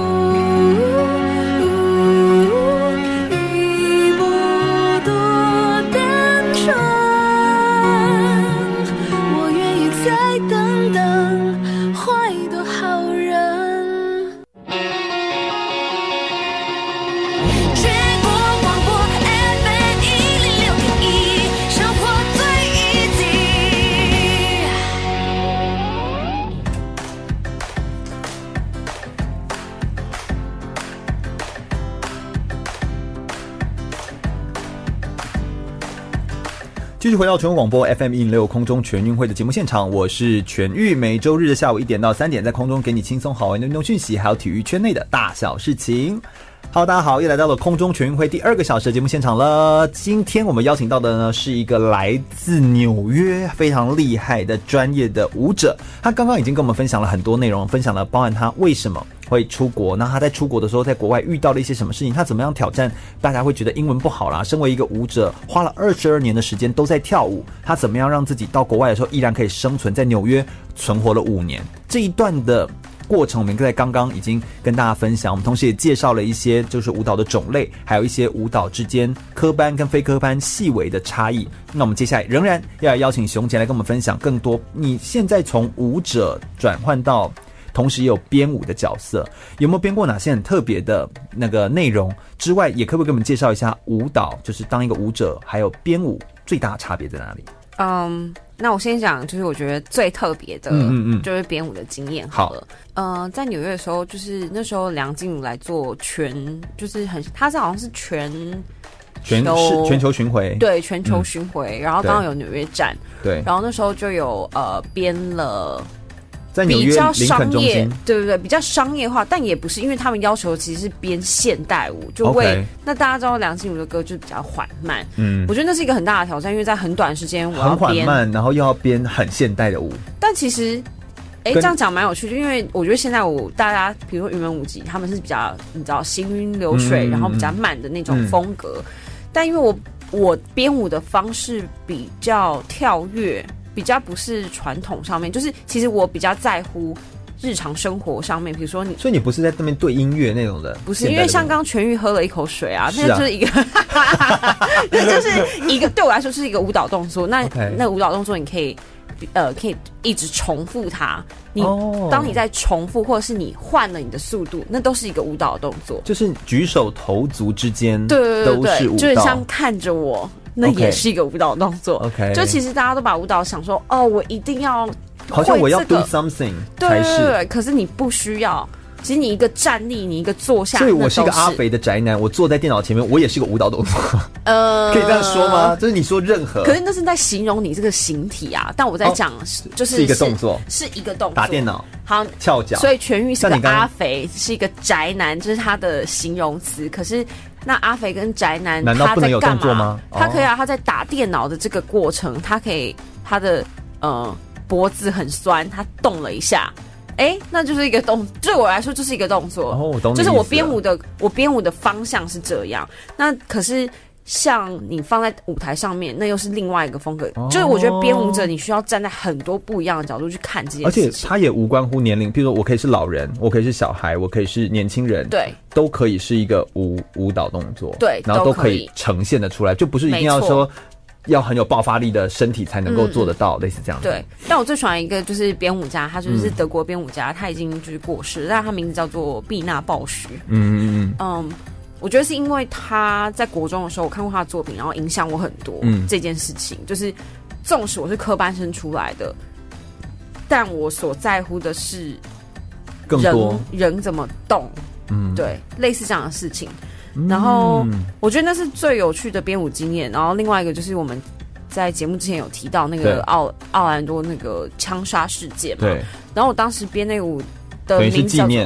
继续回到全国广播 F M 一零六空中全运会的节目现场，我是全玉，每周日的下午一点到三点，在空中给你轻松好玩的运动讯息，还有体育圈内的大小事情。Hello， 大家好，又来到了空中全运会第二个小时的节目现场了。今天我们邀请到的呢是一个来自纽约非常厉害的专业的舞者，他刚刚已经跟我们分享了很多内容，分享了包含他为什么会出国，那他在出国的时候在国外遇到了一些什么事情，他怎么样挑战大家会觉得英文不好啦，身为一个舞者花了二十二年的时间都在跳舞，他怎么样让自己到国外的时候依然可以生存，在纽约存活了五年，这一段的过程我们在刚刚已经跟大家分享，我们同时也介绍了一些就是舞蹈的种类，还有一些舞蹈之间科班跟非科班细微的差异。那我们接下来仍然要来邀请熊姐来跟我们分享更多，你现在从舞者转换到同时也有编舞的角色，有没有编过哪些很特别的那个内容之外，也可不可以给我们介绍一下舞蹈，就是当一个舞者还有编舞最大的差别在哪里？ 嗯，那我先讲，就是我觉得最特别的，嗯嗯，就是编舞的经验好了。好呃，在纽约的时候，就是那时候梁静茹来做全，就是很，他是好像是全全是全球巡回， 对，全球巡回，嗯、然后刚好有纽约站， 对， 然后那时候就有呃编了。 在纽约比较商业， 对对对，比较商业化，但也不是，因为他们要求其实是编现代舞，就为、okay. 那大家知道梁静茹的歌就比较缓慢，嗯，我觉得那是一个很大的挑战，因为在很短时间我要编很缓慢，然后又要编很现代的舞， 但其实。哎，这样讲蛮有趣的，因为我觉得现在舞大家，比如说云门舞集，他们是比较你知道行云流水，嗯、然后比较慢的那种风格。嗯、但因为我我编舞的方式比较跳跃，比较不是传统上面，就是其实我比较在乎日常生活上面，比如说你， 所以你不是在那边对音乐那种的， 不是，因为像刚全玉喝了一口水啊，那就是一个，那就是一个对我来说是一个舞蹈动作。那、okay. 那舞蹈动作你可以。呃，可以一直重复它。你、oh. 当你在重复，或者是你换了你的速度，那都是一个舞蹈动作。 就是举手投足之间， 对对对对， 都是舞蹈， 就是像看着我，那也是一个舞蹈动作。OK， 就其实大家都把舞蹈想说，哦，我一定要、這個， 好像我要 do something 才是， 对对对，可是你不需要。其实你一个站立，你一个坐下， 所以我是一个阿肥的宅男，我坐在电脑前面，我也是个舞蹈动作。呃，可以这样说吗？就是你说任何， 可是那是在形容你这个形体啊。但我在讲、哦，就是是一个动作， 是一个动作， 打电脑， 好翘脚。 所以全玉是个阿肥，是一个宅男，这、就是他的形容词。可是那阿肥跟宅男， 难道不能有动作吗？ 他可以啊，他在打电脑的这个过程，他可以他的呃脖子很酸，他动了一下。哎，那就是一个动，对我来说就是一个动作。 哦，我懂你意思了。 就是我编舞的，我编舞的方向是这样。那可是像你放在舞台上面，那又是另外一个风格。哦、就是我觉得编舞者，你需要站在很多不一样的角度去看这件事情。 而且它也无关乎年龄，譬如说我可以是老人，我可以是小孩，我可以是年轻人， 对， 都可以是一个舞舞蹈动作， 对， 然后都可以呈现得出来，就不是一定要说。要很有爆发力的身体才能够做得到、嗯、类似这样子。 对，但我最喜欢一个就是编舞家，他就是德国编舞家、嗯、他已经就是过世了，但他名字叫做毕纳鲍许。嗯嗯嗯嗯，我觉得是因为他在国中的时候我看过他的作品，然后影响我很多、嗯、这件事情，就是纵使我是科班生出来的，但我所在乎的是更多人人怎么动，嗯，对，类似这样的事情。然后我觉得那是最有趣的编舞经验。然后另外一个就是我们在节目之前有提到那个奥奥兰多那个枪杀事件嘛。对。然后我当时编那个舞的名字叫做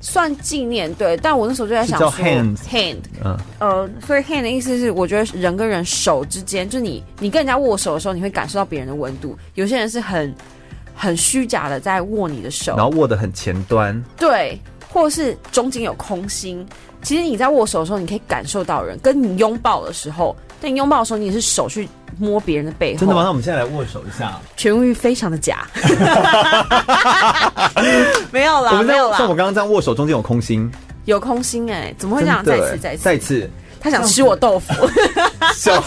算纪念，对。但我那时候就在想说 hand hand， 嗯， 呃，所以 hand 的意思是，我觉得人跟人手之间，就你你跟人家握手的时候，你会感受到别人的温度。有些人是很很虚假的在握你的手， 然后握得很前端， 对，或者是中间有空心。其实你在握手的时候，你可以感受到人，跟你拥抱的时候，但你拥抱的时候，你也是手去摸别人的背后。 真的吗？那我们现在来握手一下。 全欲非常的假，没有啦， 我们没有啦， 像我刚刚这样握手，中间有空心， 有空心哎、欸，怎么会这样？再次，再次， 再次， 他想吃我豆腐。 小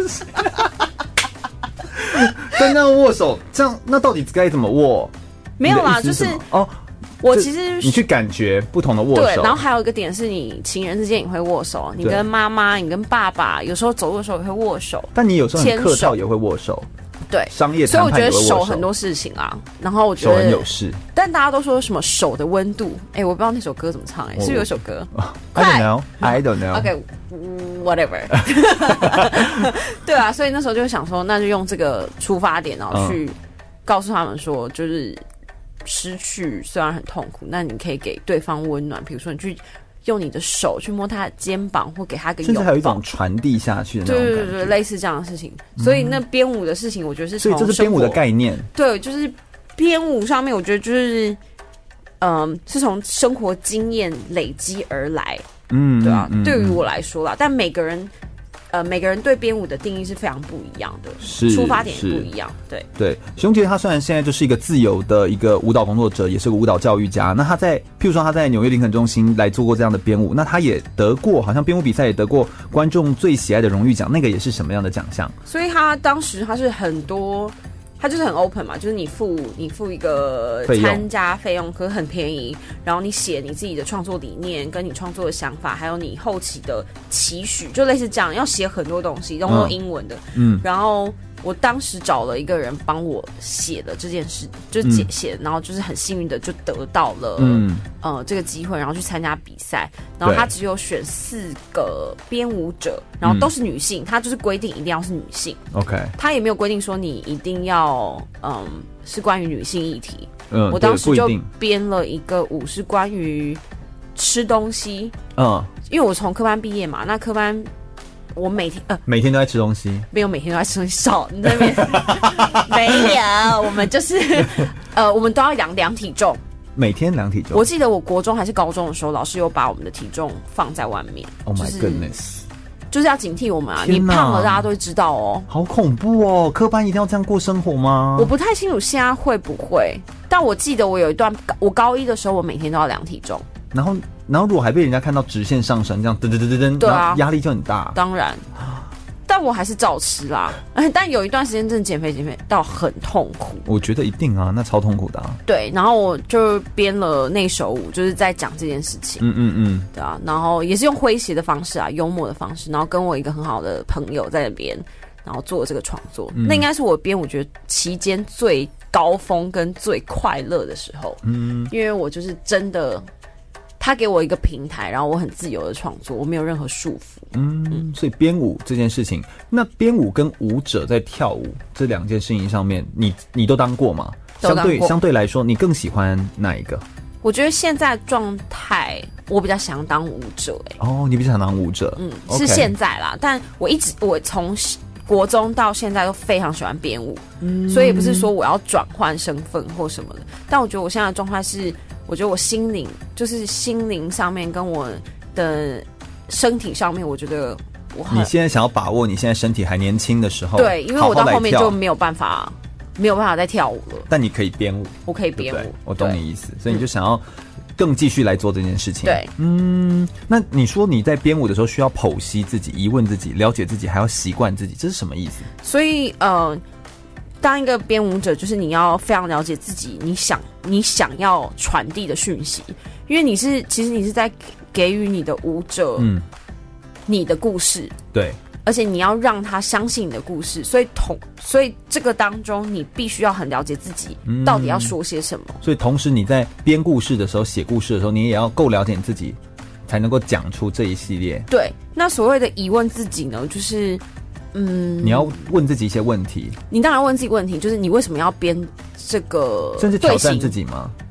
但那样握手，这样那到底该怎么握？ 没有啦，就是哦。 我其实你去感觉不同的握手， 对，然后还有一个点是你情人之间也会握手，你跟妈妈、你跟爸爸，有时候走路的时候也会握手。 但你有时候很客套也会握手， 对， 商业所以我觉得手手很多事情啊。然后我觉得手很有事， 但大家都说什么手的温度？哎、欸，我不知道那首歌怎么唱、欸，哎，是不是有首歌 ？I don't know, I don't know. OK, whatever. 对啊，所以那时候就想说，那就用这个出发点，然后去告诉他们说，就是失去虽然很痛苦，那你可以给对方温暖。比如说，你去用你的手去摸他的肩膀，或给他个拥抱， 甚至还有一种传递下去的那种感觉。 对对对，类似这样的事情。所以那编舞的事情，我觉得是从所以这是编舞的概念。 对，就是编舞上面，我觉得就是嗯，是从生活经验累积而来。嗯，对啊，嗯、对于我来说啦，但每个人。呃，每个人对编舞的定义是非常不一样的， 是出发点也不一样。对对，熊杰他虽然现在就是一个自由的一个舞蹈工作者，也是个舞蹈教育家。那他在，譬如说他在纽约林肯中心来做过这样的编舞，那他也得过，好像编舞比赛也得过观众最喜爱的荣誉奖，那个也是什么样的奖项？ 所以他当时他是很多。它就是很 open 嘛，就是你付你付一个参加费用，可是很便宜，然后你写你自己的创作理念，跟你创作的想法，还有你后期的期许，就类似这样，要写很多东西，都用英文的。嗯，然后我当时找了一个人帮我写了这件事，就是写写、嗯，然后就是很幸运的就得到了嗯呃这个机会，然后去参加比赛，然后他只有选四个编舞者，然后都是女性，他就是规定一定要是女性。 OK， 他也没有规定说你一定要嗯是关于女性议题。 嗯， 我当时就编了一个舞是关于吃东西。嗯，因为我从科班毕业嘛，那科班。我每天呃每天都在吃东西， 没有每天都在吃东西，少你那边没有，我们就是呃我们都要量量体重， 每天量体重。 我记得我国中还是高中的时候，老师有把我们的体重放在外面。 Oh my goodness， 就是要警惕我们啊！你胖了，大家都会知道哦。 好恐怖哦！科班一定要这样过生活吗？ 我不太清楚现在会不会，但我记得我有一段，我高一的时候，我每天都要量体重。 然后，然后如果还被人家看到直线上升，这样噔噔噔噔噔， 对啊， 压力就很大。 当然，但我还是照吃啦。但有一段时间真的减肥减肥到很痛苦。 我觉得一定啊，那超痛苦的啊。 对，然后我就编了那首舞，就是在讲这件事情。嗯嗯嗯，对啊，然后也是用诙谐的方式啊，幽默的方式，然后跟我一个很好的朋友在那边，然后做这个创作。嗯、那应该是我编舞觉得期间最高峰跟最快乐的时候。嗯，因为我就是真的。他给我一个平台，然后我很自由的创作，我没有任何束缚。 嗯，嗯所以编舞这件事情，那编舞跟舞者在跳舞这两件事情上面，你你都当过吗？ 都当过。 相对相对来说，你更喜欢哪一个？ 我觉得现在状态，我比较想当舞者、欸。 哦，你比较想当舞者？ 嗯， okay. 是现在啦。但我一直我从国中到现在都非常喜欢编舞，嗯，所以也不是说我要转换身份或什么的。但我觉得我现在的状态是。我觉得我心灵就是心灵上面跟我的身体上面，我觉得我很你现在想要把握你现在身体还年轻的时候， 对，因为我到后面就没有办法没有办法再跳舞了。 但你可以编舞， 我可以编舞，对对我懂你意思，所以你就想要更继续来做这件事情。 对， 嗯，那你说你在编舞的时候需要剖析自己、疑问自己、了解自己，还要习惯自己，这是什么意思？ 所以呃。当一个编舞者，就是你要非常了解自己，你想你想要传递的讯息，因为你是其实你是在给予你的舞者，嗯，你的故事， 对， 而且你要让他相信你的故事，所以同所以这个当中，你必须要很了解自己到底要说些什么。 嗯、所以同时你在编故事的时候、写故事的时候，你也要够了解你自己，才能够讲出这一系列。 对，那所谓的疑问自己呢，就是。嗯， 你要问自己一些问题。 你当然问自己问题，就是你为什么要编这个？ 甚至挑战自己吗？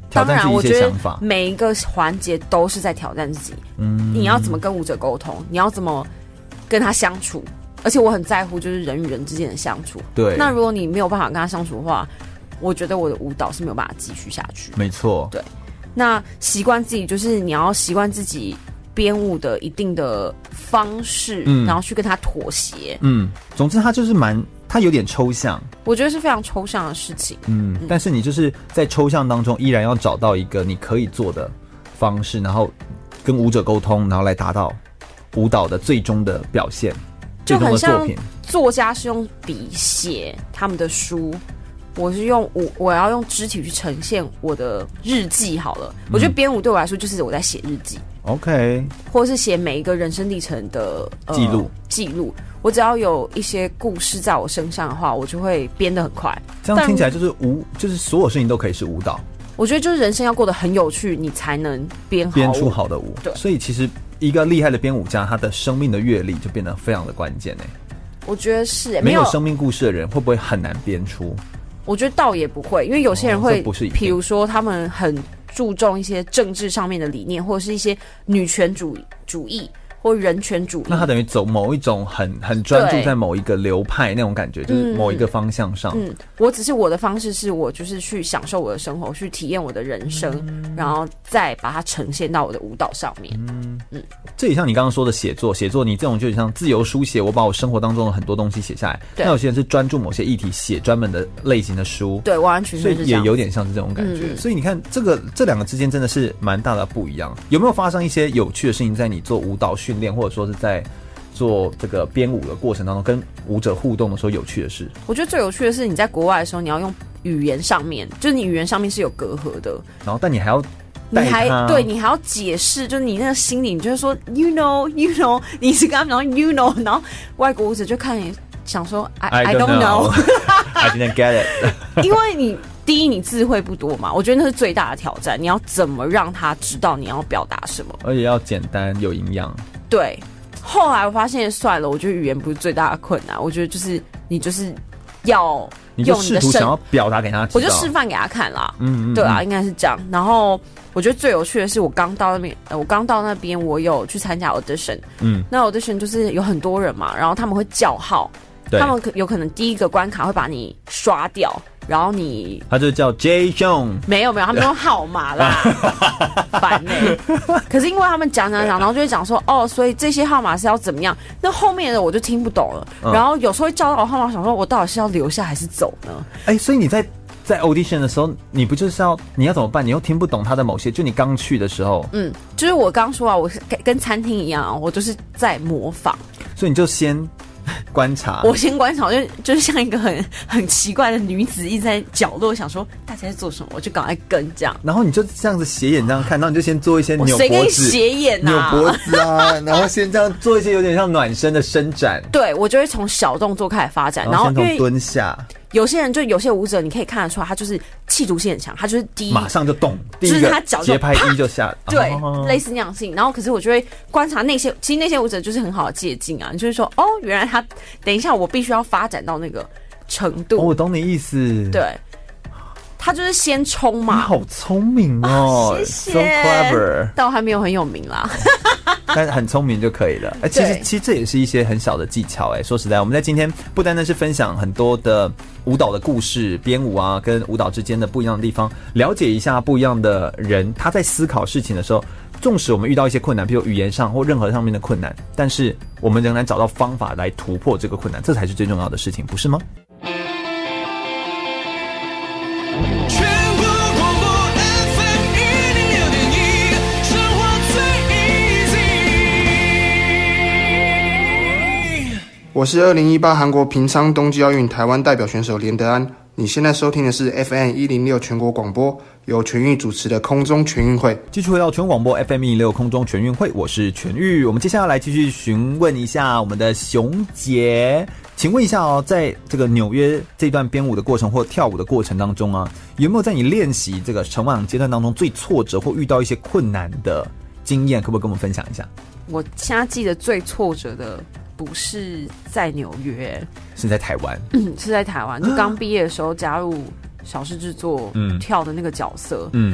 挑战自己一些想法。 每一个环节都是在挑战自己。嗯，你要怎么跟舞者沟通？你要怎么跟他相处？而且我很在乎就是人与人之间的相处。 对， 那如果你没有办法跟他相处的话，我觉得我的舞蹈是没有办法继续下去。 没错， 对。那习惯自己就是你要习惯自己编舞的一定的方式，嗯，然后去跟他妥协。 嗯，总之他就是蛮。它有点抽象， 我觉得是非常抽象的事情。 嗯，嗯但是你就是在抽象当中，依然要找到一个你可以做的方式，然后跟舞者沟通，然后来达到舞蹈的最终的表现， 就很像作品。 作家是用笔写他们的书，我是用我我要用肢体去呈现我的日记。好了，嗯、我觉得编舞对我来说就是我在写日记。 OK， 或者是写每一个人生历程的、呃、 记录记录。我只要有一些故事在我身上的话，我就会编得很快。 这样听起来就是舞，就是所有事情都可以是舞蹈。 我觉得就是人生要过得很有趣，你才能编好编出好的舞。 对， 所以其实一个厉害的编舞家，他的生命的阅历就变得非常的关键哎。 我觉得是、欸、 没有生命故事的人，会不会很难编出？ 我觉得倒也不会，因为有些人会， 哦、不是， 比如说他们很注重一些政治上面的理念，或者是一些女权主主义或人权主义。 那他等于走某一种很很专注在某一个流派那种感觉，就是某一个方向上。 嗯，我只是我的方式是我就是去享受我的生活，去体验我的人生，嗯、然后再把它呈现到我的舞蹈上面。嗯嗯， 这也像你刚刚说的写作，写作你这种就像自由书写，我把我生活当中的很多东西写下来。那有些人是专注某些议题，写专门的类型的书。 对，完全是这样， 所以也有点像是这种感觉。嗯、所以你看，这个这两个之间真的是蛮大的不一样。有没有发生一些有趣的事情，在你做舞蹈训练，或者说是在做这个编舞的过程当中，跟舞者互动的时候有趣的事？ 我觉得最有趣的是你在国外的时候，你要用语言上面，就是你语言上面是有隔阂的， 然后但你还要。 你还对你还要解释，就是你那个心里，你就是说 you know you know， 你是跟他们讲 you know， 然后外国舞者就看你想说 I I don't know I didn't get it 因为你第一你智慧不多嘛，我觉得那是最大的挑战，你要怎么让他知道你要表达什么， 而且要简单有营养。 对，后来我发现算了，我觉得语言不是最大的困难，我觉得就是你就是要你就试图想要表达给他知道， 我就示范给他看啦。 嗯嗯， 对啊，应该是这样。然后我觉得最有趣的是，我刚到那边，呃，我刚到那边，我有去参加 audition。嗯，那 audition 就是有很多人嘛，然后他们会叫号，他们有可能第一个关卡会把你刷掉，然后你他就叫 J Jong， 没有没有，他们用号码啦，烦呢、欸。可是因为他们讲讲讲，然后就会讲说，哦，所以这些号码是要怎么样？那后面的我就听不懂了。嗯、然后有时候会叫到号码，想说我到底是要留下还是走呢？ 哎、欸，所以你在。在 audition 的时候，你不就是要你要怎么办？你又听不懂他的某些，就你刚去的时候， 嗯，就是我刚说啊，我跟跟餐厅一样，我就是在模仿， 所以你就先观察， 我先观察，我就就是像一个很很奇怪的女子，一直在角落想说大家在做什么，我就赶快跟这样， 然后你就这样子斜眼这样看，然后你就先做一些扭脖子， 谁给你斜眼啊？扭脖子啊，然后先这样做一些有点像暖身的伸展， 对我就会从小动作开始发展，然后先从蹲下。 有些人就有些舞者，你可以看得出来，他就是企图心很强，他就是第一马上就动， 就是他脚节拍一就下， 对，哦、类似那样性。然后可是我就会观察那些，其实那些舞者就是很好的借镜啊，你就是说，哦，原来他等一下我必须要发展到那个程度。 哦，我懂你意思。 对，他就是先冲嘛。 你好聪明哦， 啊、谢谢 ，so clever。 但我还没有很有名啦。 但是很聪明就可以了。哎、欸，其实其实这也是一些很小的技巧。哎，说实在，我们在今天不单单是分享很多的舞蹈的故事、编舞啊，跟舞蹈之间的不一样的地方，了解一下不一样的人他在思考事情的时候，纵使我们遇到一些困难，比如语言上或任何上面的困难，但是我们仍然找到方法来突破这个困难，这才是最重要的事情，不是吗？ 我是二零一八韩国平昌冬季奥运台湾代表选手连德安。你现在收听的是 F M 一零六全国广播，由全玉主持的空中全运会。 继续回到全广播 F M 一零六空中全运会，我是全玉。我们接下来继续询问一下我们的熊姐，请问一下哦，在这个纽约这段编舞的过程或跳舞的过程当中啊，有没有在你练习这个成长阶段当中最挫折或遇到一些困难的经验，可不可以跟我们分享一下？ 我现在记得最挫折的不是在纽约， 是在台湾。 嗯，是在台湾。就刚毕业的时候加入小事制作，嗯，跳的那个角色，嗯，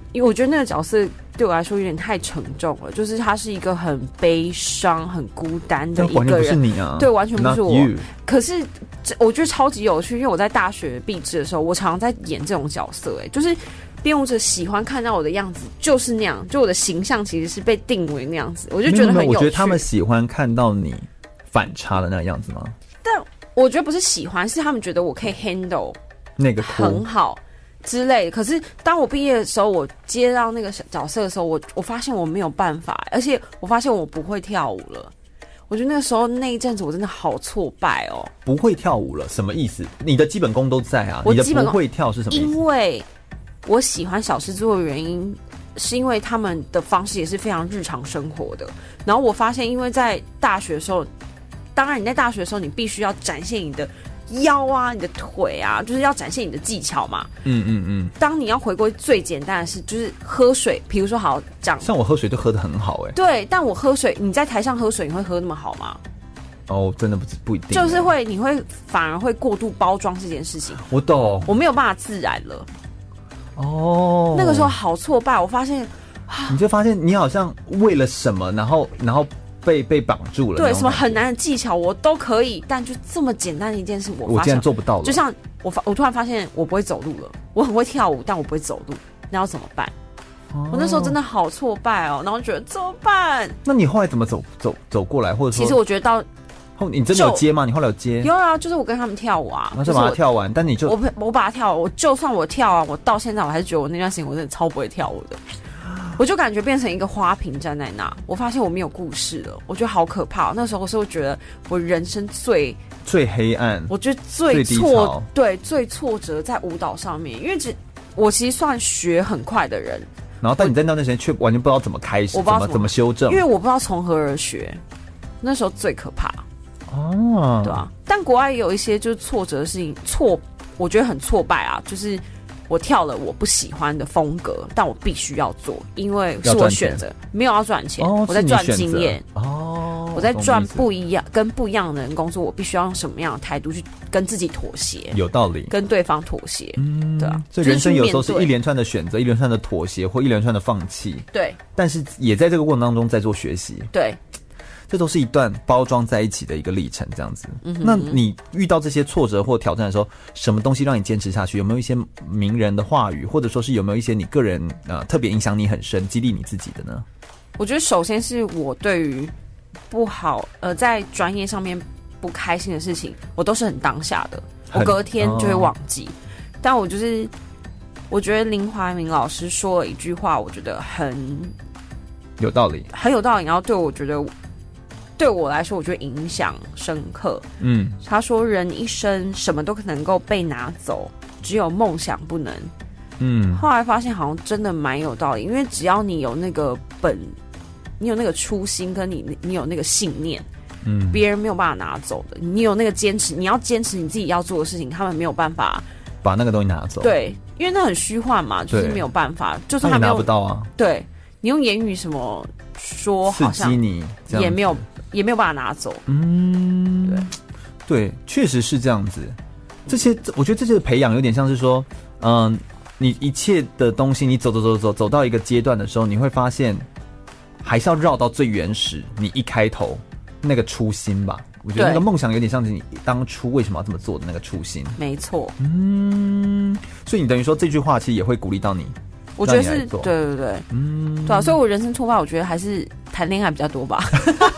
因为我觉得那个角色对我来说有点太沉重了，就是他是一个很悲伤、很孤单的一个人， 完全不是你啊， 对，完全不是我。 Not you. 可是我觉得超级有趣，因为我在大学毕制的时候，我常常在演这种角色、欸，哎，就是编舞者喜欢看到我的样子就是那样，就我的形象其实是被定为那样子，我就觉得很有趣。 我觉得他们喜欢看到你反差的那个样子吗？ 但我觉得不是喜欢，是他们觉得我可以 handle 那个很好。之类的，可是当我毕业的时候，我接到那个角色的时候，我我发现我没有办法，而且我发现我不会跳舞了。我觉得那个时候那一阵子我真的好挫败哦。 不会跳舞了，什么意思？你的基本功都在啊，你的不会跳是什么意思？ 因为我喜欢小狮子座的原因，是因为他们的方式也是非常日常生活的。然后我发现，因为在大学的时候，当然你在大学的时候，你必须要展现你的腰啊，你的腿啊，就是要展现你的技巧嘛。 嗯嗯嗯。 当你要回归最简单的事，就是喝水。比如说，好讲， 像我喝水就喝得很好哎、欸。 对，但我喝水，你在台上喝水，你会喝那么好吗？ 哦，真的不不一定、欸， 就是会，你会反而会过度包装这件事情。 我懂， 我没有办法自然了。 哦， 那个时候好挫败，我发现， 你就发现你好像为了什么，然后然后。被被绑住了， 对，什么很难的技巧我都可以，但就这么简单的一件事，我发现我竟然做不到了。 就像我发，我突然发现我不会走路了，我很会跳舞，但我不会走路，那要怎么办？哦、我那时候真的好挫败哦，然后觉得怎么办？ 那你后来怎么走走走过来，或者说， 其实我觉得到后你真的有接吗？你后来有接？ 有啊，就是我跟他们跳舞啊， 然后就把它跳完，但你就我我把它跳完，我就算我跳啊，我到现在我还是觉得我那段时间我真的超不会跳舞的。我就感觉变成一个花瓶站在那，我发现我没有故事了，我觉得好可怕、哦。那时候是我觉得我人生最最黑暗， 我觉得最挫对最挫折在舞蹈上面，因为只我其实算学很快的人， 然后但你在那段时间却完全不知道怎么开始， 我不知道怎么怎么修正， 因为我不知道从何而学，那时候最可怕哦， 对啊。但国外也有一些就是挫折的事情，挫我觉得很挫败啊，就是。我跳了我不喜欢的风格，但我必须要做，因为是我选择，没有要赚钱， 哦、 我在赚经验哦， 我在赚不一样跟不一样的人工作，我必须要用什么样的态度去跟自己妥协？ 有道理， 跟对方妥协，嗯，对啊。 所以人生有时候是一连串的选择，一连串的妥协或一连串的放弃， 对。 但是也在这个过程当中在做学习， 对。 这都是一段包装在一起的一个历程，这样子。嗯、那你遇到这些挫折或挑战的时候，什么东西让你坚持下去？有没有一些名人的话语，或者说是有没有一些你个人呃特别影响你很深、激励你自己的呢？ 我觉得首先是我对于不好呃在专业上面不开心的事情，我都是很当下的，我隔天就会忘记。哦、但我就是我觉得林怀民老师说了一句话，我觉得很有道理， 很有道理，然后对我觉得。对我来说，我觉得影响深刻。嗯，他说人一生什么都能够被拿走，只有梦想不能。嗯，后来发现好像真的蛮有道理，因为只要你有那个本，你有那个初心，跟你你有那个信念，嗯，别人没有办法拿走的。你有那个坚持，你要坚持你自己要做的事情，他们没有办法把那个东西拿走。 对，因为那很虚幻嘛，就是没有办法，就算他没有拿不到啊。 对，你用言语什么说，好像你也没有。也没有办法拿走，嗯，对， 对，确实是这样子。这些，我觉得这些培养有点像是说，嗯，你一切的东西，你走走走走走到一个阶段的时候，你会发现，还是要绕到最原始，你一开头那个初心吧。我觉得那个梦想有点像是你当初为什么要这么做的那个初心。 没错， 嗯，所以你等于说这句话其实也会鼓励到你。 我觉得是，对对对，嗯，对啊，所以我人生挫败，我觉得还是谈恋爱比较多吧。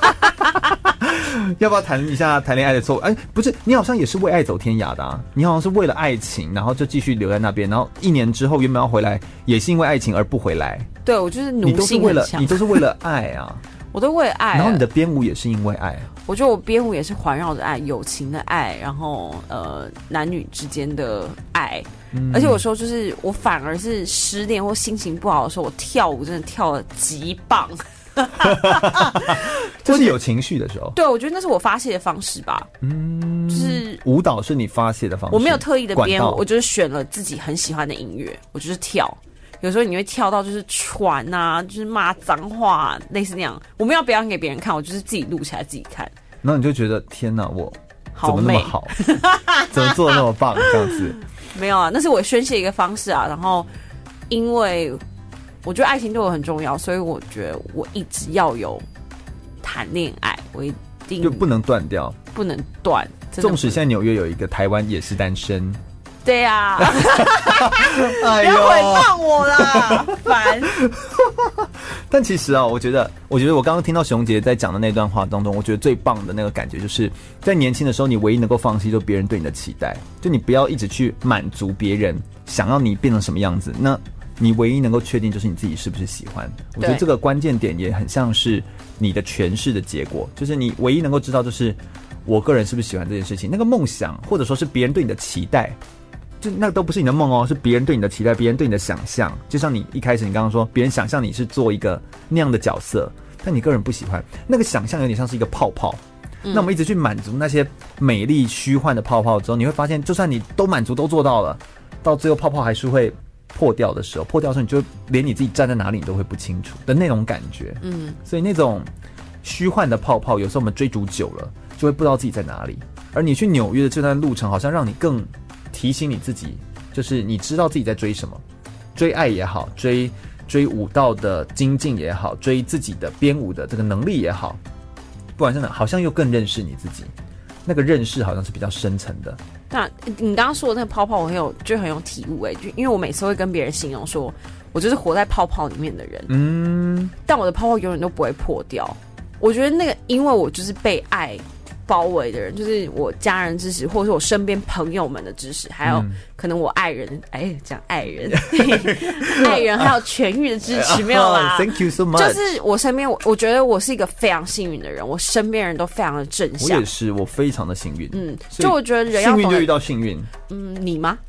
要不要谈一下谈恋爱的错误？哎，不是，你好像也是为爱走天涯的啊！你好像是为了爱情，然后就继续留在那边，然后一年之后原本要回来，也是因为爱情而不回来。 对，我就是奴性很强。 你都是为了，你都是为了爱啊！ 我都为了爱、啊。 然后你的编舞也是因为爱。 我觉得我编舞也是环绕着爱，友情的爱，然后呃男女之间的爱。嗯、而且有时候就是我反而是失恋或心情不好的时候，我跳舞真的跳得极棒。 就是有情绪的时候， 对，我觉得那是我发泄的方式吧。嗯，就是舞蹈是你发泄的方式。 我没有特意的编舞，我就是选了自己很喜欢的音乐，我就是跳。有时候你会跳到就是喘啊，就是骂脏话、啊，类似那样。我没有表演给别人看，我就是自己录起来自己看。 然后你就觉得天哪，我怎么那么好，怎么做得那么棒，这样子。 没有啊，那是我宣泄一个方式啊。然后因为我觉得爱情对我很重要，所以我觉得我一直要有谈恋爱，我一定就不能断掉， 不能断。 纵使现在纽约有一个，台湾也是单身。 对呀、啊， 哎不要诽谤我啦，烦。 但其实啊，我觉得，我觉得我刚刚听到熊杰在讲的那段话当中，我觉得最棒的那个感觉，就是在年轻的时候，你唯一能够放弃，就别人对你的期待，就你不要一直去满足别人想要你变成什么样子。那你唯一能够确定就是你自己是不是喜欢。我觉得这个关键点也很像是你的诠释的结果，就是你唯一能够知道，就是我个人是不是喜欢这件事情。那个梦想，或者说是别人对你的期待。就那都不是你的梦哦，是别人对你的期待，别人对你的想象。就像你一开始你刚刚说，别人想象你是做一个那样的角色，但你个人不喜欢，那个想象有点像是一个泡泡。嗯、那我们一直去满足那些美丽虚幻的泡泡之后，你会发现，就算你都满足都做到了，到最后泡泡还是会破掉的时候，破掉的时候你就连你自己站在哪里你都会不清楚的那种感觉。嗯，所以那种虚幻的泡泡，有时候我们追逐久了，就会不知道自己在哪里。而你去纽约的这段路程，好像让你更提醒你自己，就是你知道自己在追什么，追爱也好，追追舞蹈的精进也好，追自己的编舞的这个能力也好，不管是哪，好像又更认识你自己。那个认识好像是比较深层的。 那你刚刚说的那个泡泡，我很有就很有体悟哎、欸，就因为我每次会跟别人形容说，我就是活在泡泡里面的人，嗯，但我的泡泡永远都不会破掉。我觉得那个，因为我就是被爱包围的人，就是我家人支持，或者是我身边朋友们的支持，还有可能我爱人，哎，讲爱人，爱人还有全域的支持，没有啦。 Thank you so much。 就是我身边，我我觉得我是一个非常幸运的人，我身边人都非常的正向。 我也是，我非常的幸运。 嗯，就我觉得人要幸运就遇到幸运。 嗯，你吗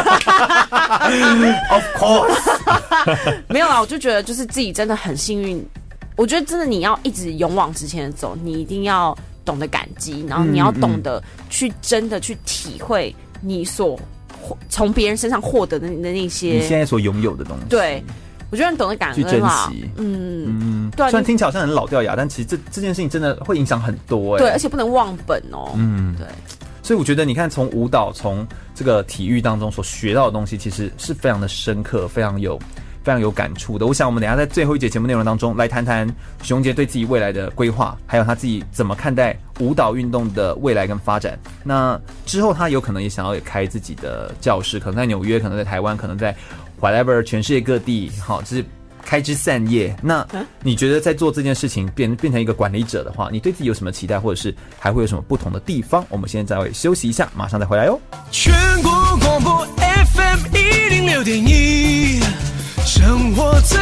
？Of course。 没有啦，我就觉得就是自己真的很幸运。我觉得真的你要一直勇往直前的走，你一定要懂得感激，然后你要懂得去真的去体会你所从别人身上获得的那些你现在所拥有的东西。 对，我觉得你懂得感恩啦， 去珍惜。 嗯嗯，对、啊。虽然听起来好像很老掉牙，但其实这这件事情真的会影响很多哎、欸。 对，而且不能忘本哦。嗯，对。 所以我觉得，你看，从舞蹈、从这个体育当中所学到的东西，其实是非常的深刻，非常有。非常有感触的。我想我们等一下在最后一节节目内容当中来谈谈熊杰对自己未来的规划，还有他自己怎么看待舞蹈运动的未来跟发展。那之后他有可能也想要开自己的教室，可能在纽约，可能在台湾，可能在 whatever 全世界各地，好，就是开枝散叶。那你觉得在做这件事情变变成一个管理者的话，你对自己有什么期待，或者是还会有什么不同的地方？我们现在再会休息一下，马上再回来哦。 全国广播 F M 一零六点一。生活最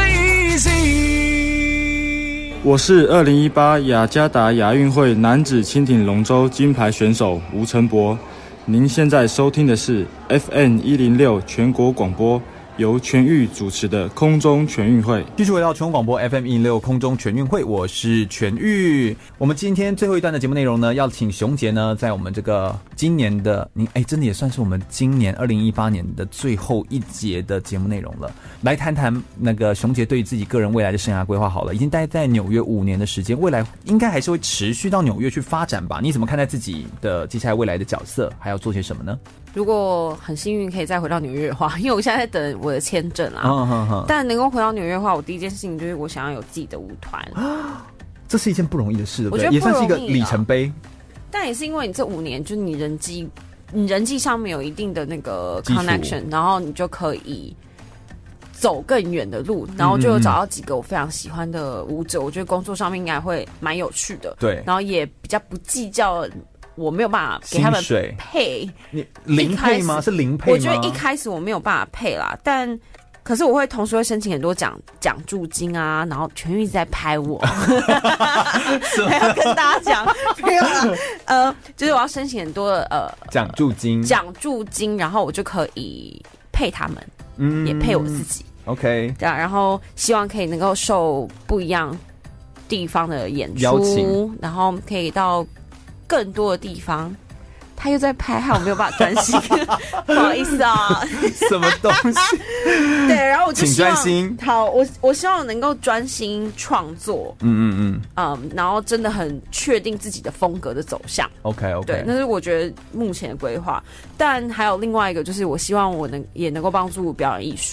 easy。 我是二零一八雅加达亚运会男子轻艇龙舟金牌选手吴承博。您现在收听的是 F M 一零六全国广播，由全域主持的空中全运会。 继续回到全国广播 F M 一零六空中全运会，我是全域。我们今天最后一段的节目内容呢，要请熊杰呢，在我们这个今年的，您哎，真的也算是我们今年二零一八年的最后一节的节目内容了。来谈谈那个熊杰对于自己个人未来的生涯规划。好了，已经待在纽约五年的时间，未来应该还是会持续到纽约去发展吧？你怎么看待自己的接下来未来的角色，还要做些什么呢？ 如果很幸运可以再回到纽约的话，因为我现在在等我的签证啦、 嗯嗯嗯、 但能够回到纽约的话，我第一件事情就是我想要有自己的舞团。 这是一件不容易的事，对不对？ 我觉得也算是一个里程碑。 但也是因为你这五年，就是你人际，你人际上面有一定的那个 connection， 然后你就可以走更远的路，然后就有找到几个我非常喜欢的舞者，我觉得工作上面应该会蛮有趣的。 对， 然后也比较不计较。我没有办法给他们配， 你零配吗？是零配吗？ 我觉得一开始我没有办法配啦，但可是我会同时会申请很多奖奖助金啊，然后全域一直在拍我，还要跟大家讲，没有啦，呃，就是我要申请很多的呃奖助金， 奖助金，然后我就可以配他们，嗯，也配我自己 ，OK， 对啊，然后希望可以能够受不一样地方的演邀请， 然后可以到更多的地方。他又在拍，害我没有办法专心，不好意思啊。 什么东西？ 对，然后我就希望请专心。 好，我我希望能够专心创作， 嗯嗯嗯， 嗯，然后真的很确定自己的风格的走向。 OK OK， 对，那是我觉得目前的规划。但还有另外一个，就是我希望我能也能够帮助表演艺术。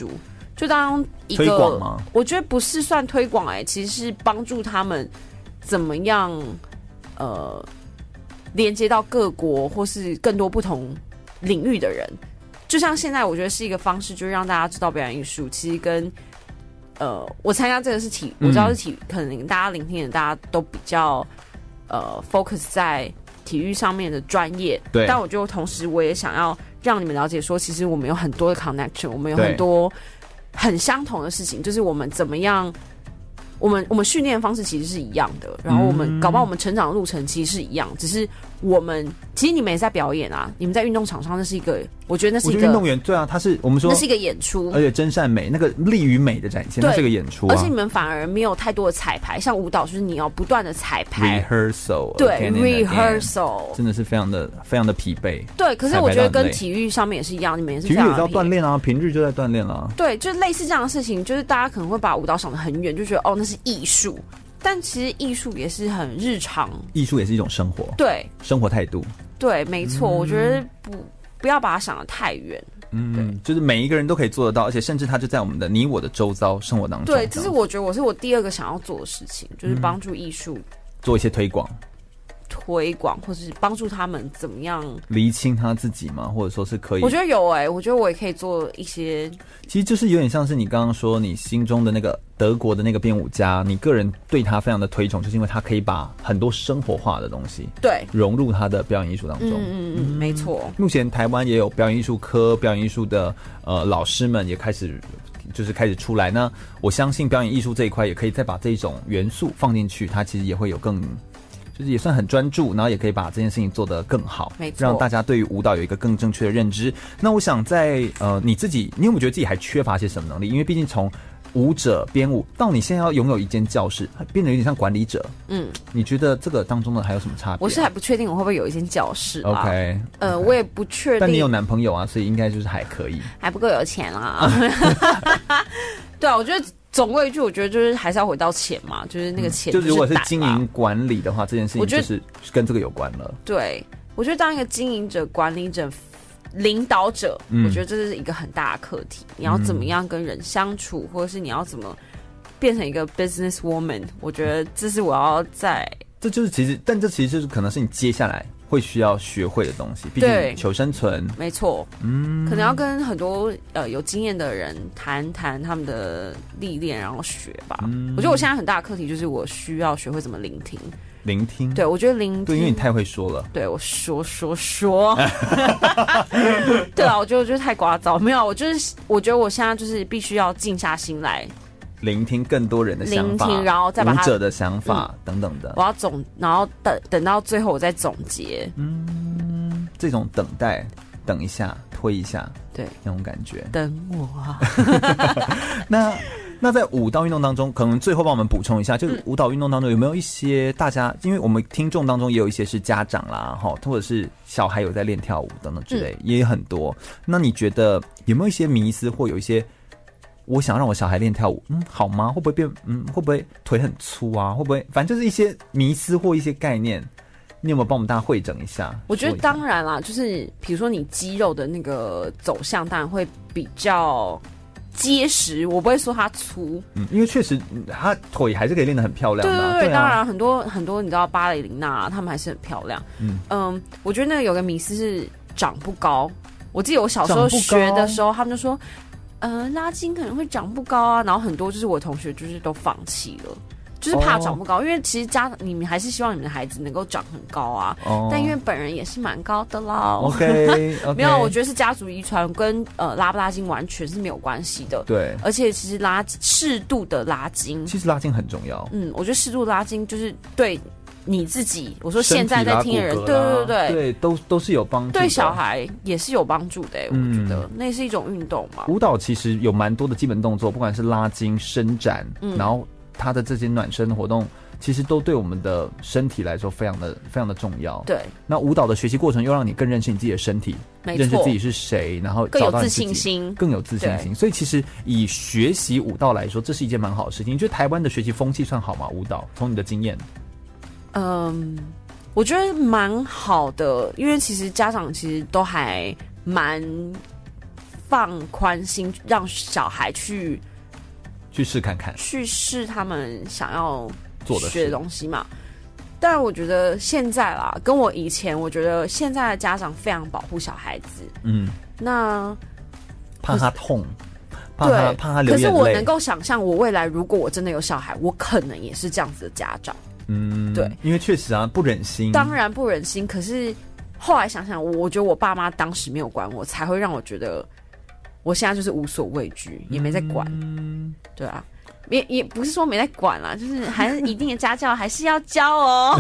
就当一个推广吗？ 我觉得不是算推广哎、欸，其实是帮助他们怎么样呃连接到各国或是更多不同领域的人。就像现在，我觉得是一个方式，就是让大家知道表演艺术其实跟呃，我参加这个是体，我知道是体，嗯、可能大家聆听的大家都比较呃 focus 在体育上面的专业， 对。 但我就同时我也想要让你们了解说，其实我们有很多的 connection， 我们有很多很相同的事情，就是我们怎么样。我们我们训练的方式其实是一样的，然后我们、嗯、搞不好我们成长的路程其实是一样，只是我们其实你们也在表演啊，你们在运动场上那是一个，我觉得那是一个运动员，对啊，他是我们说那是一个演出， 而且真善美那个力与美的展现，那是一个演出、啊， 而且你们反而没有太多的彩排，像舞蹈就是你要不断的彩排 rehearsal， 对 rehearsal 真的是非常的非常的疲惫。 对，可是我觉得跟体育上面也是一样，你们也是非常的体育也是要锻炼啊，平日就在锻炼啊。 对，就类似这样的事情，就是大家可能会把舞蹈想得很远，就觉得哦那是艺术。但其实艺术也是很日常， 艺术也是一种生活， 对， 生活态度， 对，没错、嗯。我觉得不不要把它想得太远， 嗯，对，就是每一个人都可以做得到，而且甚至它就在我们的你我的周遭生活当中。 对，这是我觉得我是我第二个想要做的事情，就是帮助艺术、嗯、 做一些推广。 推广，或是帮助他们怎么样厘清他自己吗？或者说是可以？ 我觉得有哎、欸，我觉得我也可以做一些。 其实就是有点像是你刚刚说，你心中的那个德国的那个编舞家，你个人对他非常的推崇，就是因为他可以把很多生活化的东西对融入他的表演艺术当中。 嗯嗯嗯，没错。 目前台湾也有表演艺术科、表演艺术的呃老师们也开始。就是开始出来呢，我相信表演艺术这一块也可以再把这种元素放进去，它其实也会有更。就是也算很专注，然后也可以把这件事情做得更好， 没错， 让大家对于舞蹈有一个更正确的认知。那我想在呃你自己，你有没有觉得自己还缺乏些什么能力？因为毕竟从舞者编舞到你现在要拥有一间教室，变得有点像管理者。嗯，你觉得这个当中呢还有什么差别、啊？ 我是还不确定我会不会有一间教室、啊。 OK， 呃， okay. 我也不确定。 但你有男朋友啊，所以应该就是还可以， 还不够有钱啊。对啊，我觉得。总归一句，我觉得就是还是要回到钱嘛，就是那个钱、嗯。就如果是经营管理的话，这件事情就是跟这个有关了。 对，我觉得当一个经营者、管理者、领导者、嗯，我觉得这是一个很大的课题。你要怎么样跟人相处，或者是你要怎么变成一个 business woman， 我觉得这是我要在。 这就是其实，但这其实就是可能是你接下来会需要学会的东西，毕竟求生存。 没错，嗯，可能要跟很多呃有经验的人谈谈他们的历练，然后学吧、嗯。我觉得我现在很大的课题就是我需要学会怎么聆听。 聆听， 对我觉得聆听， 对，因为你太会说了。 对我说说说，对啊，我觉得我觉得太聒噪，没有，我就是我觉得我现在就是必须要静下心来。 聆听更多人的想法， 聆听，然后再把舞者的想法、嗯、等等的。 我要总，然后等等到最后我再总结。 嗯，这种等待，等一下，推一下， 对， 那种感觉。 等我啊。 那那在舞蹈运动当中，可能最后帮我们补充一下，就是舞蹈运动当中有没有一些大家，因为我们听众当中也有一些是家长啦，哈，或者是小孩有在练跳舞等等之类，嗯、也有很多。那你觉得有没有一些迷思，或有一些？我想让我小孩练跳舞，嗯，好吗？会不会变？嗯，会不会腿很粗啊？会不会？反正就是一些迷思或一些概念，你有没有帮我们大家汇整一下？ 我觉得当然啦，就是比如说你肌肉的那个走向，当然会比较结实。我不会说它粗， 嗯，因为确实他腿还是可以练得很漂亮的、啊。 对对对， 对啊、 当然很多很多，你知道芭蕾琳娜他们还是很漂亮。嗯嗯，我觉得那个有个迷思是长不高。我记得我小时候学的时候，他们就说。呃，拉筋可能会长不高啊，然后很多就是我同学就是都放弃了，就是怕长不高，哦、因为其实家你们还是希望你们的孩子能够长很高啊，哦、但因为本人也是蛮高的啦。 OK，, okay 没有，我觉得是家族遗传，跟呃拉不拉筋完全是没有关系的。 对， 而且其实拉适度的拉筋， 其实拉筋很重要。 嗯，我觉得适度拉筋就是对。你自己，我说现在在听的人，对对对对，都都是有帮助的， 对小孩也是有帮助的、欸。我觉得、嗯、那是一种运动嘛。 舞蹈其实有蛮多的基本动作，不管是拉筋、伸展，嗯、然后它的这些暖身活动，其实都对我们的身体来说非常的非常的重要。 对， 那舞蹈的学习过程又让你更认识你自己的身体，认识自己是谁，然后找到你自己更有自信心， 更有自信心。所以其实以学习舞蹈来说，这是一件蛮好的事情。你觉得台湾的学习风气算好吗？舞蹈，从你的经验。 嗯，我觉得蛮好的，因为其实家长其实都还蛮放宽心，让小孩去去试看看， 去试他们想要做的学的东西嘛。但我觉得现在啦，跟我以前，我觉得现在的家长非常保护小孩子， 嗯， 那怕他痛，怕他对， 怕他流眼泪。 可是我能够想象，我未来如果我真的有小孩，我可能也是这样子的家长。 嗯， 对， 因为确实啊，不忍心， 当然不忍心。可是后来想想，我我觉得我爸妈当时没有管我，才会让我觉得我现在就是无所畏惧，也没在管。 嗯， 对啊。也也不是说没在管啦，就是还是一定的家教还是要教哦。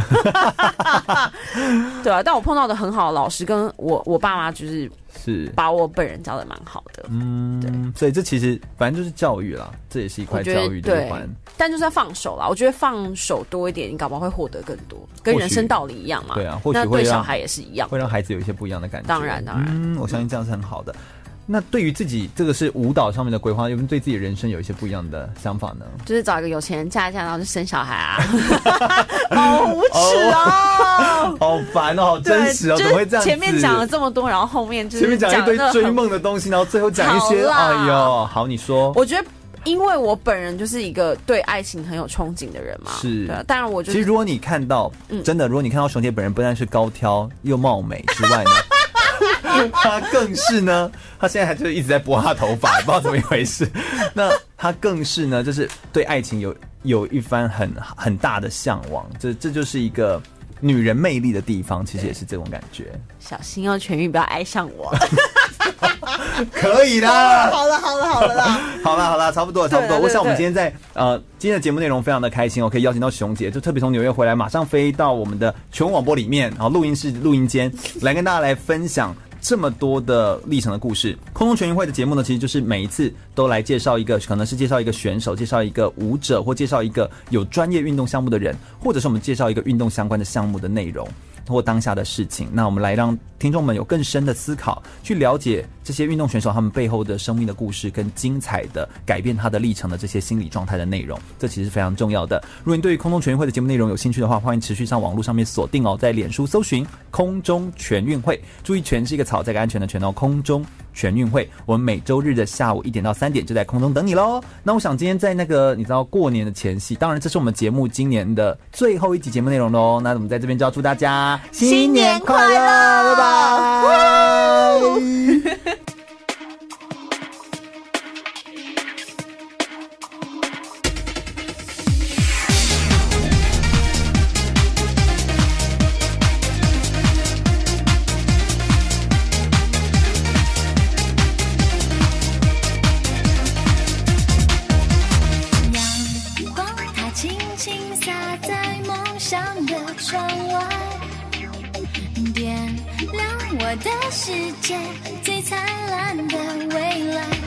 对啊，但我碰到的很好的老师，跟我我爸妈就是是把我本人教的蛮好的。 嗯， 对， 所以这其实反正就是教育啦，这也是一块教育的一环。 但就是要放手啦，我觉得放手多一点，你搞不好会获得更多，跟人生道理一样嘛。 对啊，或许那会让对小孩也是一样， 会让孩子有一些不一样的感觉。 当然，当然， 嗯，我相信这样是很好的。那对于自己这个是舞蹈上面的规划，有没有对自己的人生有一些不一样的想法呢？ 就是找一个有钱人嫁一嫁，然后就生小孩啊。好无耻哦， 好烦哦，好真实哦，怎么会这样子？ 前面讲了这么多，然后后面就是前面讲一堆追梦的东西，然后最后讲一些，哎呦，好，你说。 我觉得。因为我本人就是一个对爱情很有憧憬的人嘛， 是， 对啊。当然我就其实如果你看到，嗯、真的，如果你看到熊姐本人不但是高挑又貌美之外呢，她更是呢，她现在还就是一直在拨她头发，不知道怎么一回事。那她更是呢，就是对爱情有有一番很很大的向往，这这就是一个女人魅力的地方，其实也是这种感觉。 小心哦，全宇不要爱上我。 可以啦， 好了好了好了啦， 好了好了，差不多了差不多。我想我们今天在呃今天的节目内容非常的开心，我可以邀请到熊姐，就特别从纽约回来，马上飞到我们的全广播里面，然后录音室录音间来跟大家来分享这么多的历程的故事。空中全运会的节目呢，其实就是每一次都来介绍一个，可能是介绍一个选手，介绍一个舞者，或介绍一个有专业运动项目的人，或者是我们介绍一个运动相关的项目的内容或当下的事情。那我们来让听众们有更深的思考，去了解这些运动选手他们背后的生命的故事跟精彩的改变他的历程的这些心理状态的内容，这其实是非常重要的。如果你对于空中全运会的节目内容有兴趣的话，欢迎持续上网络上面锁定哦，在脸书搜寻空中全运会，注意全是一个草，再个安全的全哦，空中全运会，我们每周日的下午一点到三点就在空中等你咯。那我想今天在那个你知道过年的前夕，当然这是我们节目今年的最后一集节目内容咯。那我们在这边就要祝大家新年快乐，拜拜。 点亮我的世界，最灿烂的未来。